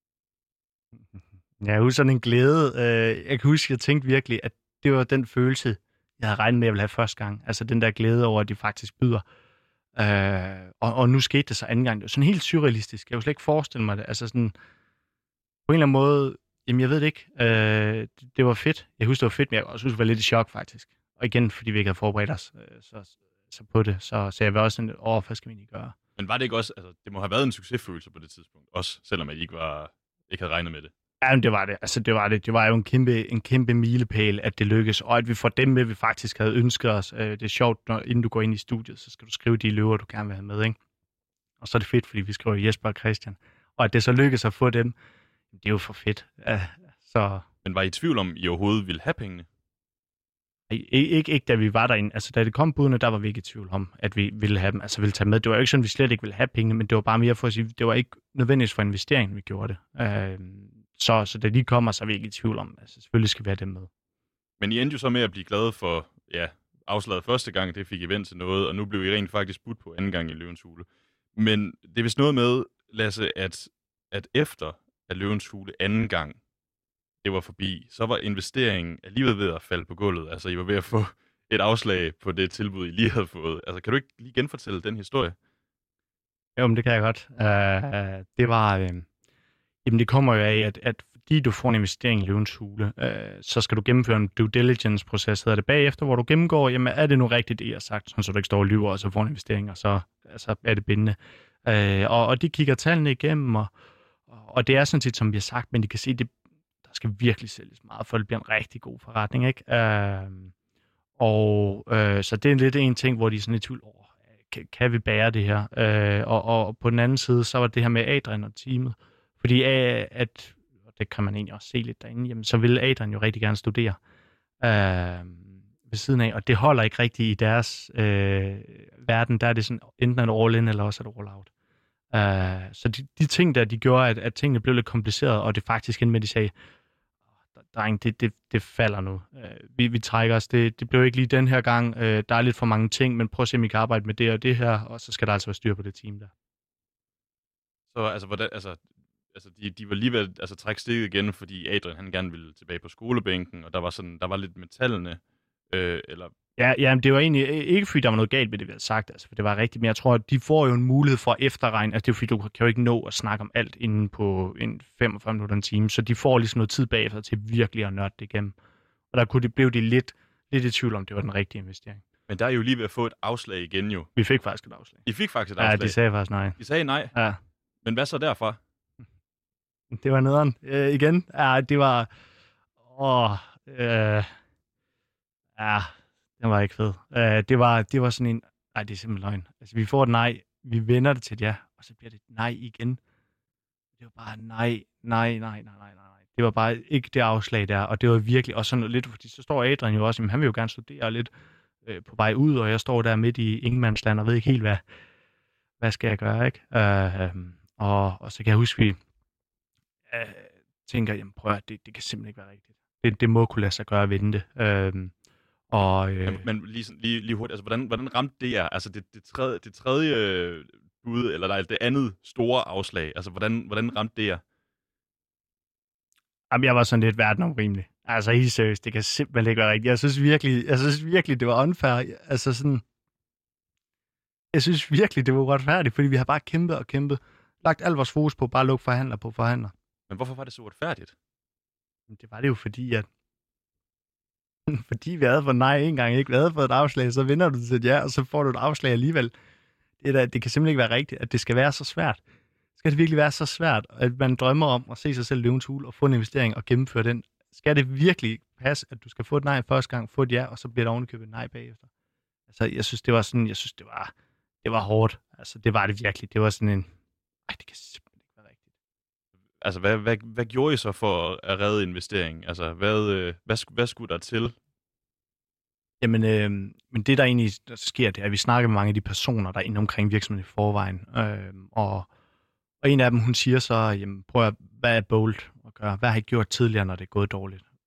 Jeg husker sådan en glæde. Jeg kan huske, jeg tænkte virkelig, at det var den følelse, jeg havde regnet med, at jeg ville have første gang. Altså den der glæde over, at de faktisk byder. Og nu skete det så anden gang. Det var sådan helt surrealistisk. Jeg kunne slet ikke forestille mig det. Altså sådan, på en eller anden måde, jamen jeg ved det ikke. Det var fedt. Jeg husker, det var fedt, men jeg også huske, det var lidt i chok faktisk. Og igen, fordi vi ikke havde forberedt os så på det. Så jeg var også sådan, hvad skal vi egentlig gøre? Men var det ikke også, altså det må have været en succesfølelse på det tidspunkt, også selvom jeg ikke havde regnet med det? Ja, men det var det. Altså, det var det. Det var jo en kæmpe milepæl, at det lykkedes, og at vi får dem med, vi faktisk havde ønsket os. Det er sjovt, inden du går ind i studiet, så skal du skrive de løver, du gerne vil have med, ikke? Og så er det fedt, fordi vi skriver Jesper og Christian. Og at det så lykkedes at få dem, det er jo for fedt. Så... Men var I tvivl om, I overhovedet ville have pengene? Ikke da vi var derinde. Altså, da det kom budene, der var vi ikke i tvivl om, at vi ville have dem. Altså, ville tage med. Det var jo ikke sådan, vi slet ikke ville have pengene, men det var bare mere for at sige, det var ikke nødvendigt for investeringen, vi gjorde det. Så da de kommer, så er vi ikke i tvivl om, altså selvfølgelig skal vi have dem med. Men I endte jo så med at blive glade for, afslaget første gang, det fik I vendt til noget, og nu blev I rent faktisk budt på anden gang i Løvens Hule. Men det er vist noget med, Lasse, at efter at Løvens Hule anden gang, det var forbi, så var investeringen alligevel ved at falde på gulvet. Altså, I var ved at få et afslag på det tilbud, I lige havde fået. Altså, kan du ikke lige genfortælle den historie? Jo, men det kan jeg godt. Det var... Jamen, det kommer jo af, at fordi du får en investering i Løvens Hule, så skal du gennemføre en due diligence-proces, hedder det bagefter, hvor du gennemgår, jamen, er det nu rigtigt, det jeg har sagt, sådan, så du ikke står og lyver, og så får en investering, og så er det bindende. Og de kigger tallene igennem, og det er sådan set, som vi har sagt, men de kan se, at der skal virkelig sælges meget, for det bliver en rigtig god forretning, ikke? Så det er lidt en ting, hvor de er sådan i tvivl over, kan vi bære det her? Og på den anden side, så var det her med Adrian og teamet, fordi og det kan man egentlig også se lidt derinde, jamen, så vil Adrian jo rigtig gerne studere ved siden af, og det holder ikke rigtigt i deres verden. Der er det sådan, enten en all-in, eller også et all-out. Så de ting der, de gjorde, at tingene blev lidt kompliceret, og det faktisk endte med, de sagde, dreng, det falder nu. Vi trækker os. Det blev ikke lige den her gang. Der er lidt for mange ting, men prøv at se, om I kan arbejde med det og det her, og så skal der altså være styr på det team der. Så altså, hvordan, de var lige ved at trække stikket igen, fordi Adrian han gerne ville tilbage på skolebænken, og der var lidt med tallene, eller... Ja, det var egentlig ikke, fordi der var noget galt med det, vi havde sagt, altså, for det var rigtigt, men jeg tror, at de får jo en mulighed for at efterregne, altså det er fordi, du kan jo ikke nå at snakke om alt inden på en 45 minutter en time, så de får ligesom noget tid bagefter til virkelig at nørde det igennem. Og der blev de lidt i tvivl om, det var den rigtige investering. Men der er jo lige ved at få et afslag igen jo. Vi fik faktisk et afslag. I fik faktisk et afslag? Ja, de sagde faktisk nej. De sagde nej? Ja. Men hvad så derfra? Det var nederen. Igen? Ja, det var... den var ikke fed. Det var sådan en... Nej, det er simpelthen løgn. Altså, vi får et nej, vi vender det til et ja, og så bliver det et nej igen. Det var bare nej. Det var bare ikke det afslag der, og det var virkelig også sådan lidt, fordi så står Adrian jo også, jamen, han vil jo gerne studere lidt på vej ud, og jeg står der midt i ingenmandsland og ved ikke helt, hvad skal jeg gøre, ikke? Og så kan jeg huske, vi tænker, jamen prøv at det kan simpelthen ikke være rigtigt. Det må kunne lade sig gøre at vente. Men lige hurtigt, altså hvordan ramte det jer? Altså det tredje bud, eller det andet store afslag, altså hvordan ramte det jer? Jamen, jeg var sådan lidt verdenomrimelig. Altså helt seriøst, det kan simpelthen ikke være rigtigt. Jeg synes virkelig, det var unfair. Altså sådan... Jeg synes virkelig, det var uretfærdigt, fordi vi har bare kæmpet, lagt al vores fokus på bare at lukke forhandler. Men hvorfor var det så uretfærdigt? Det var det jo fordi, at vi havde fået nej en gang, ikke? Vi havde fået et afslag, så vinder du til et ja, og så får du et afslag alligevel. Det kan simpelthen ikke være rigtigt, at det skal være så svært. Skal det virkelig være så svært, at man drømmer om at se sig selv i Løvens Hule og få en investering og gennemføre den? Skal det virkelig passe, at du skal få et nej første gang, få et ja, og så bliver der ovenikøbet et nej bagefter? Altså, jeg synes, det var hårdt. Altså, det var det virkelig. Det var sådan en... Ej, det kan simpelthen ikke være rigtigt. Altså, hvad gjorde I så for at redde investeringen? Altså, hvad skulle der til? Jamen, men det der egentlig der sker, det er, at vi snakker med mange af de personer, der er inde omkring virksomheden i forvejen. Og en af dem, hun siger så, jamen, prøv at, hvad er bold at gøre? Hvad har I gjort tidligere, når det er gået dårligt?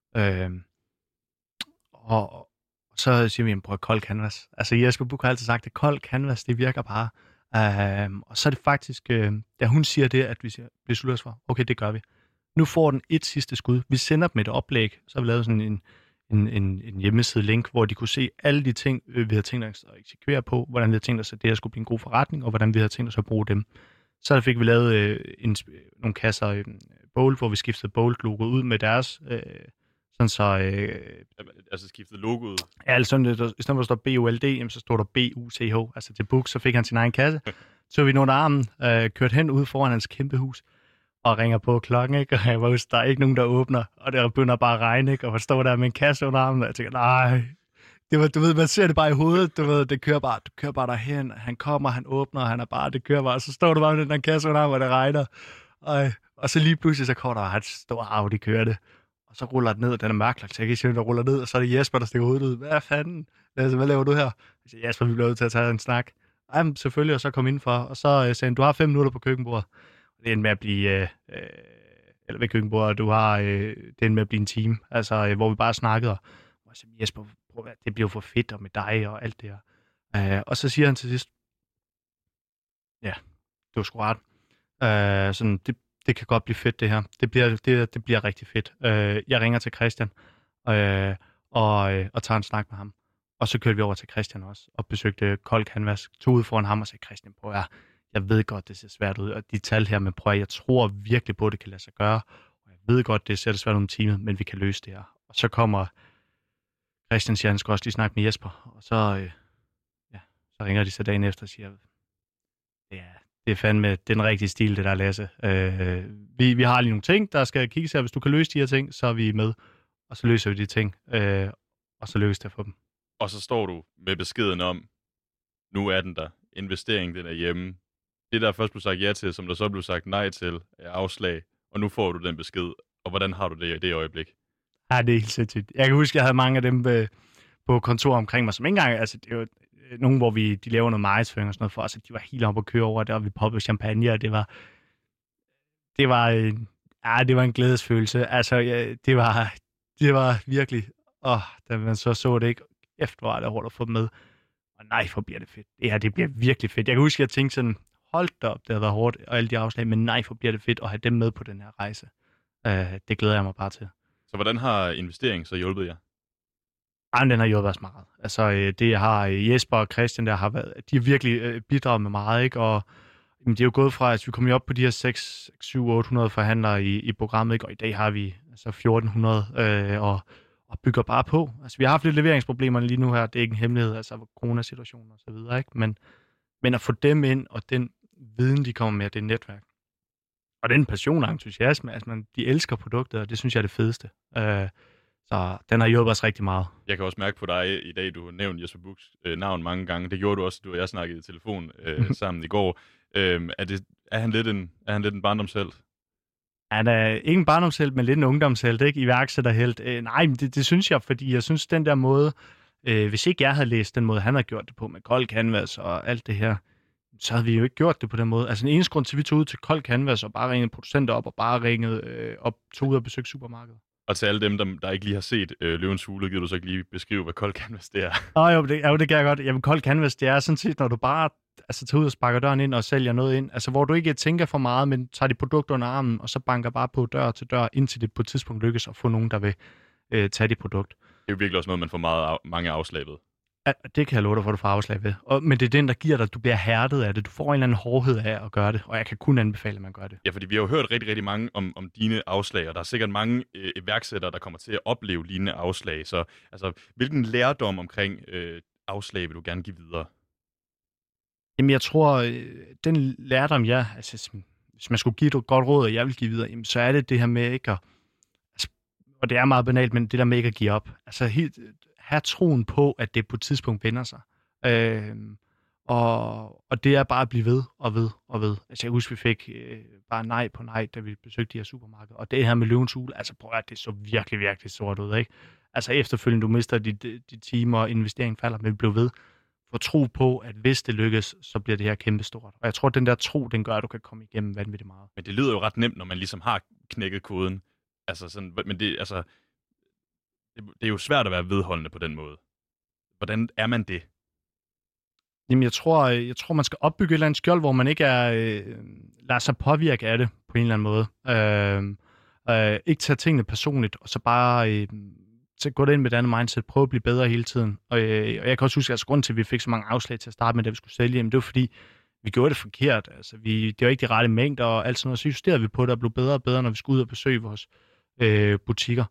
Og så siger vi, prøv kold canvas. Altså Jesper Buch har altid sagt, at kold canvas, det virker bare. Og så er det faktisk, da hun siger det, at vi beslutter os for, okay, det gør vi. Nu får den et sidste skud. Vi sender dem et oplæg, så har vi lavet sådan en hjemmeside-link, hvor de kunne se alle de ting, vi havde tænkt os at eksekvere på, hvordan vi havde tænkt os, at det her skulle blive en god forretning, og hvordan vi havde tænkt os at bruge dem. Så fik vi lavet nogle kasser Bolt, hvor vi skiftede Bolt-logoet ud med deres, sådan så... altså skiftede logoet? Ja, altså i stedet for at der står BOLD, så står der BUCH, altså til Buch, så fik han sin egen kasse. Så vi nogle armen, kørt hen ude foran hans kæmpe hus, og ringer på klokken, ikke? Og jeg var der er ikke nogen, der åbner, og det begynder bare at regne, ikke? Og jeg står der med en kasse under armen, og jeg tænker, nej, det var, du ved, man ser det bare i hovedet, du ved, det kører bare derhen, han kommer, han åbner, han er bare, det kører bare, og så står du bare med den der kasse under armen, og det regner, og så lige pludselig, så kommer der et stort Audi kørte, og så ruller det ned, og den er mørklagt, så jeg kan ikke se, der ruller ned, og så er det Jesper, der stikker hovedet ud, hvad fanden, altså, hvad laver du her? Jeg siger, Jesper, vi bliver nødt til at tage en snak. Jamen, selvfølgelig, og så kom indenfor, og så sagde han, du har 5 minutter på køkkenbordet. Det endte med at blive, eller ved køkkenbordet, det endte med at blive en time, altså, hvor vi bare snakkede, og jeg sagde, Jesper, det bliver for fedt, og med dig, og alt det her. Og så siger han til sidst, ja, det var sgu ret. Sådan, det kan godt blive fedt, det her. Det bliver rigtig fedt. Jeg ringer til Christian, og tager en snak med ham. Og så kørte vi over til Christian også, og besøgte Kold Canvas, tog ud foran ham og sagde, Christian, prøv at jeg ved godt, det ser svært ud, og de tal her, men prøv at jeg tror virkelig på, at det kan lade sig gøre. Og jeg ved godt, det ser svært ud om teamet, men vi kan løse det her. Og så kommer Christian, siger, han skal også lige snakke med Jesper, og så ringer de så dagen efter og siger, det er fandme den rigtige stil, det der, Lasse. Vi har lige nogle ting, der skal kigges her. Hvis du kan løse de her ting, så er vi med, og så løser vi de ting, og så lykkes det at få dem. Og så står du med beskeden om, nu er den der, investeringen den er hjemme. Det der først blev sagt ja til, som der så blev sagt nej til, er afslag, og nu får du den besked. Og hvordan har du det i det øjeblik? Ja, det er helt sindssygt. Jeg kan huske, jeg havde mange af dem på kontor omkring mig, som ikke engang, altså det er jo nogen, hvor de laver noget markedsføring og sådan noget for os, at de var helt oppe at køre over det, og vi poppede champagne, og det var en glædesfølelse. Altså, det var virkelig, da man så det ikke, efter var det hårdt at få dem med. Og nej, for bliver det fedt. Ja, det bliver virkelig fedt. Jeg kan huske, at jeg tænkte sådan, hold da op, det har været hårdt, og alle de afslag, men nej, for bliver det fedt at have dem med på den her rejse. Det glæder jeg mig bare til. Så hvordan har investeringen så hjulpet jer? Den har hjulpet os meget. Altså, det har Jesper og Christian, de har virkelig bidraget med meget, ikke? Og det er jo gået fra, at vi kom op på de her 6, 7, 800 forhandlere i programmet, ikke? Og i dag har vi altså 1400, og bygger bare på. Altså, vi har haft lidt leveringsproblemer lige nu her, det er ikke en hemmelighed, altså coronasituationen og så videre, ikke? Men at få dem ind, og den viden, de kommer med, det netværk, og den passion og entusiasme, altså de elsker produktet, og det synes jeg er det fedeste. Så den har hjulpet os rigtig meget. Jeg kan også mærke på dig i dag, du har nævnt Jesper Buchs navn mange gange. Det gjorde du også, du og jeg snakkede i telefon sammen i går. Er han lidt en barndomshelt? Han er ikke en barndomshelt, men lidt en ungdomshelt, ikke? Iværksætterhelt. Nej, det synes jeg, fordi jeg synes, den der måde, hvis ikke jeg havde læst den måde, han har gjort det på med Kold Canvas og alt det her, så havde vi jo ikke gjort det på den måde. Altså den eneste grund til, at vi tog ud til Kold Canvas og bare ringede producenter op og bare ringede op, tog ud og besøgte supermarkedet. Og til alle dem, der ikke lige har set Løvens Hule, giver du så ikke lige beskrive, hvad Kold Canvas det er? Det kan jeg godt. Jamen, Kold Canvas, det er sådan set, når du bare tager ud og sparker døren ind og sælger noget ind. Altså, hvor du ikke tænker for meget, men tager dit produkt under armen, og så banker bare på dør til dør, indtil det på et tidspunkt lykkes at få nogen, der vil tage dit produkt. Det er jo virkelig også noget, man får mange afslag ved. Ja, det kan jeg love dig for, at du får afslag ved. Men det er den, der giver dig, at du bliver hærdet af det. Du får en eller anden hårdhed af at gøre det, og jeg kan kun anbefale, at man gør det. Ja, fordi vi har jo hørt rigtig, rigtig mange om dine afslag, og der er sikkert mange iværksættere, der kommer til at opleve lignende afslag. Så altså, hvilken lærdom omkring afslag vil du gerne give videre? Jamen, jeg tror, den lærdom, hvis man skulle give et godt råd, og jeg vil give videre, jamen, så er det her med ikke at, og det er meget banalt, men det der med ikke at give op. Altså, have troen på, at det på et tidspunkt vender sig. Og det er bare at blive ved og ved og ved. Altså, jeg husker, vi fik bare nej på nej, da vi besøgte de her supermarkeder. Og det her med Løvens Hule, altså prøv at det så virkelig, virkelig sort ud, ikke? Altså efterfølgende, du mister de timer, og investeringen falder, men vi blev ved. For tro på, at hvis det lykkes, så bliver det her kæmpestort. Og jeg tror, at den der tro, den gør, at du kan komme igennem vanvittigt meget. Men det lyder jo ret nemt, når man ligesom har knækket koden. Altså sådan, men det, altså, det er jo svært at være vedholdende på den måde. Hvordan er man det? Jamen, jeg tror, man skal opbygge et eller andet skjold, hvor man ikke lader sig påvirke af det på en eller anden måde. Ikke tage tingene personligt, og så bare så gå ind med et andet mindset, prøve at blive bedre hele tiden. Og jeg kan også huske, at grunden til, at vi fik så mange afslag til at starte med, da vi skulle sælge, jamen, det var fordi, vi gjorde det forkert. Altså, det var ikke de rette mængder og alt sådan noget. Så justerede vi på det og blev bedre og bedre, når vi skulle ud og besøge vores butikker.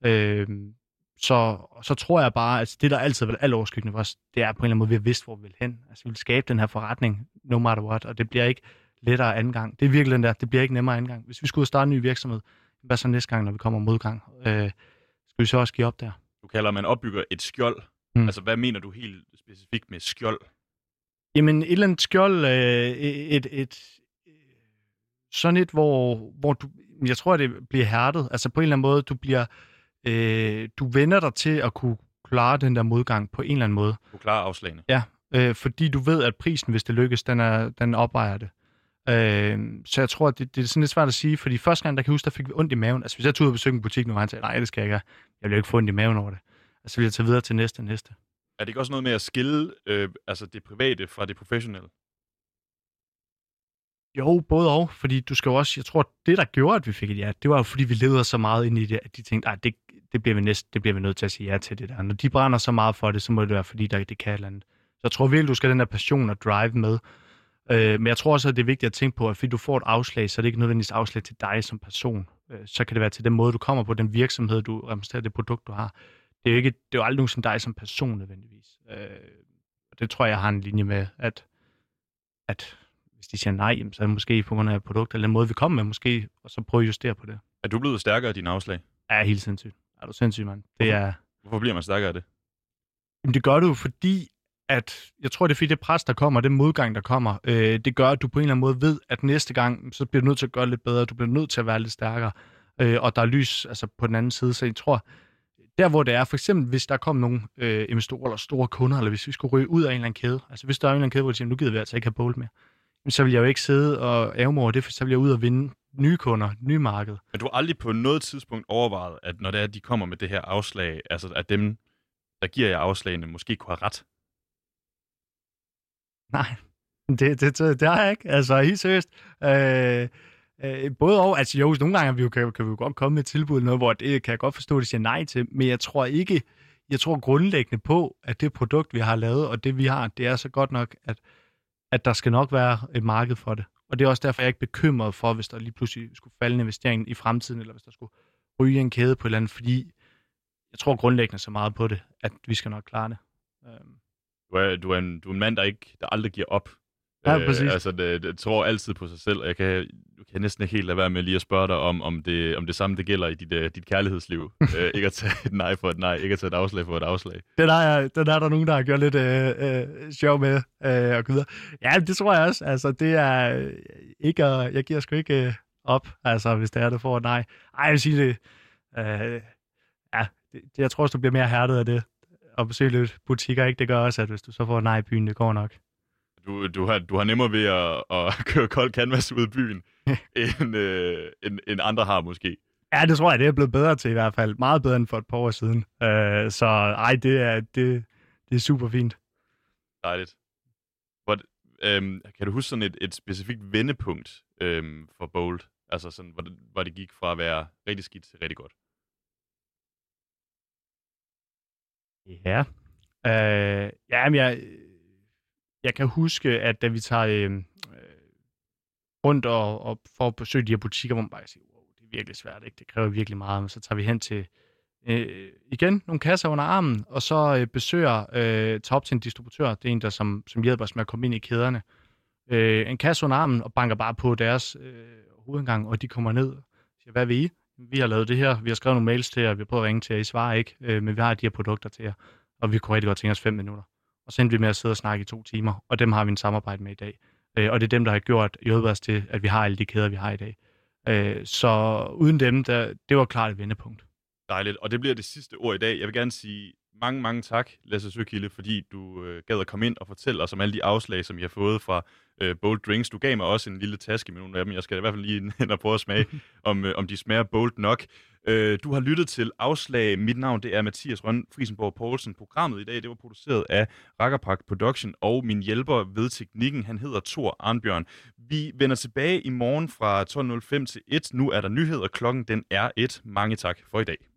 Så tror jeg bare, at det, der altid har været alt overskyggende for os, det er på en eller anden måde, vi har vidst, hvor vi vil hen. Altså, vi vil skabe den her forretning, no matter what, og det bliver ikke lettere anden gang. Det er virkelig den der, det bliver ikke nemmere anden gang. Hvis vi skulle ud og starte en ny virksomhed, hvad så næste gang, når vi kommer modgang? Skal vi så også give op der? Du kalder, man opbygger et skjold. Altså, hvad mener du helt specifikt med skjold? Jamen, et eller andet skjold, sådan et, hvor du, jeg tror, det bliver hærdet. Altså, på en eller anden måde, du vender dig til at kunne klare den der modgang på en eller anden måde. Du klarer afslagene. Ja, fordi du ved, at prisen, hvis det lykkes, den opvejer det. Så jeg tror, at det er sådan lidt svært at sige, fordi første gang, der kan jeg huske, der fik vi ondt i maven. Altså, hvis jeg tog ud og besøgte en butik nu, og han sagde, nej, det skal jeg ikke. Jeg vil jo ikke få ondt i maven over det. Altså, vil jeg tage videre til næste. Er det ikke også noget med at skille altså det private fra det professionelle? Jo, både og, fordi du skal jo også, jeg tror, det der gjorde, at vi fik et ja, det var jo fordi, vi levede så meget ind i det, at de tænkte, det bliver vi nødt til at sige ja til det der. Når de brænder så meget for det, så må det være, fordi det kan et eller andet. Så jeg tror virkelig, du skal have den der passion og drive med. Men jeg tror også, at det er vigtigt at tænke på, at fordi du får et afslag, så er det ikke nødvendigvis afslag til dig som person. Så kan det være til den måde, du kommer på, den virksomhed, du repræsenterer, det produkt, du har. Det er jo aldrig nogen som dig som person nødvendigvis. Det tror jeg har en linje med, at hvis de siger nej, så er det måske på grund af produkter, eller den måde, vi kommer med måske, og så prøve at justere på det. Er du blevet stærkere af dine afslag? Ja, helt sindssygt. Er du sindssyg, mand? Hvorfor bliver man stærkere af det? Jamen, det gør du, fordi at, jeg tror, det er fordi det pres, der kommer, den modgang, der kommer, det gør, at du på en eller anden måde ved, at næste gang, så bliver du nødt til at gøre lidt bedre, du bliver nødt til at være lidt stærkere, og der er lys altså, på den anden side, så jeg tror, der hvor det er, for eksempel hvis der kom nogle investorer eller store kunder, eller hvis vi skulle ryge ud af en eller anden kæde, altså hvis der er en eller anden kæde, hvor de siger, nu gider vi altså ikke have Bolt mere, så vil jeg jo ikke sidde og ærge mig over det, for så vil jeg ud og vinde nye kunder, nye marked. Men du har aldrig på noget tidspunkt overvejet, at når det er, de kommer med det her afslag, altså at dem, der giver jer afslagene, måske kunne have ret? Nej, det har jeg ikke. Altså, helt seriøst. Både og, altså jo, nogle gange kan vi jo godt komme med et tilbud, noget, hvor det kan jeg godt forstå, at de siger nej til, men jeg tror grundlæggende på, at det produkt, vi har lavet, og det vi har, det er så godt nok, at der skal nok være et marked for det. Og det er også derfor, jeg er ikke bekymret for, hvis der lige pludselig skulle falde en investering i fremtiden, eller hvis der skulle ryge en kæde på et eller andet, fordi jeg tror grundlæggende så meget på det, at vi skal nok klare det. Du er en mand, der aldrig giver op. Ja, præcis. Altså, det tror altid på sig selv, og du kan næsten ikke helt lade være med lige at spørge dig om det samme, det gælder i dit kærlighedsliv. Ikke at tage et nej for et nej, ikke at tage et afslag for et afslag. Den er der nogen, der har gjort lidt sjov med og videre. Ja, det tror jeg også. Altså, det er ikke, jeg giver sgu ikke op, altså, hvis det er, du får et nej. Ej, jeg vil sige det. Jeg tror også, du bliver mere hærdet af det. Og besøge lidt butikker, ikke? Det gør også, at hvis du så får et nej i byen, det går nok. Du har nemmere ved at køre kold canvas ud i byen, end andre har måske. Ja, det tror jeg, det er blevet bedre til i hvert fald. Meget bedre end for et par år siden. Så ej, det er super fint. Dejligt. Kan du huske sådan et specifikt vendepunkt for Bolt? Altså sådan, hvor det gik fra at være rigtig skidt til rigtig godt? Ja. Jamen, jeg kan huske, at da vi tager rundt og får at besøge de her butikker, hvor man bare siger, wow, det er virkelig svært, ikke? Det kræver virkelig meget. Men så tager vi hen til igen nogle kasser under armen, og så besøger, tager op til en distributør. Det er en, der som hjælper os med at komme ind i kæderne. En kasse under armen og banker bare på deres hovedindgang, og de kommer ned og siger, hvad vil I? Vi har lavet det her, vi har skrevet nogle mails til jer, vi har prøvet at ringe til jer, I svarer ikke, men vi har de her produkter til jer, og vi kunne rigtig godt tænke os 5 minutter. Og så endte vi med at sidde og snakke i 2 timer, og dem har vi en samarbejde med i dag. Og det er dem, der har hjulpet os til, at vi har alle de kæder, vi har i dag. Så uden dem, det var klart et vendepunkt. Dejligt, og det bliver det sidste ord i dag. Jeg vil gerne sige mange tak, Lasse Søkilde, fordi du gad at komme ind og fortælle os om alle de afslag, som I har fået fra Bold drinks. Du gav mig også en lille taske med nogle af dem. Jeg skal i hvert fald lige hen og prøve at smage, om de smager bold nok. Du har lyttet til Afslag. Mit navn det er Mathias Rønn Friesenborg Poulsen. Programmet i dag det var produceret af Rakkerpak Production, og min hjælper ved teknikken, han hedder Thor Arnbjørn. Vi vender tilbage i morgen fra 12.05 til 1. Nu er der nyheder. Klokken den er 1. Mange tak for i dag.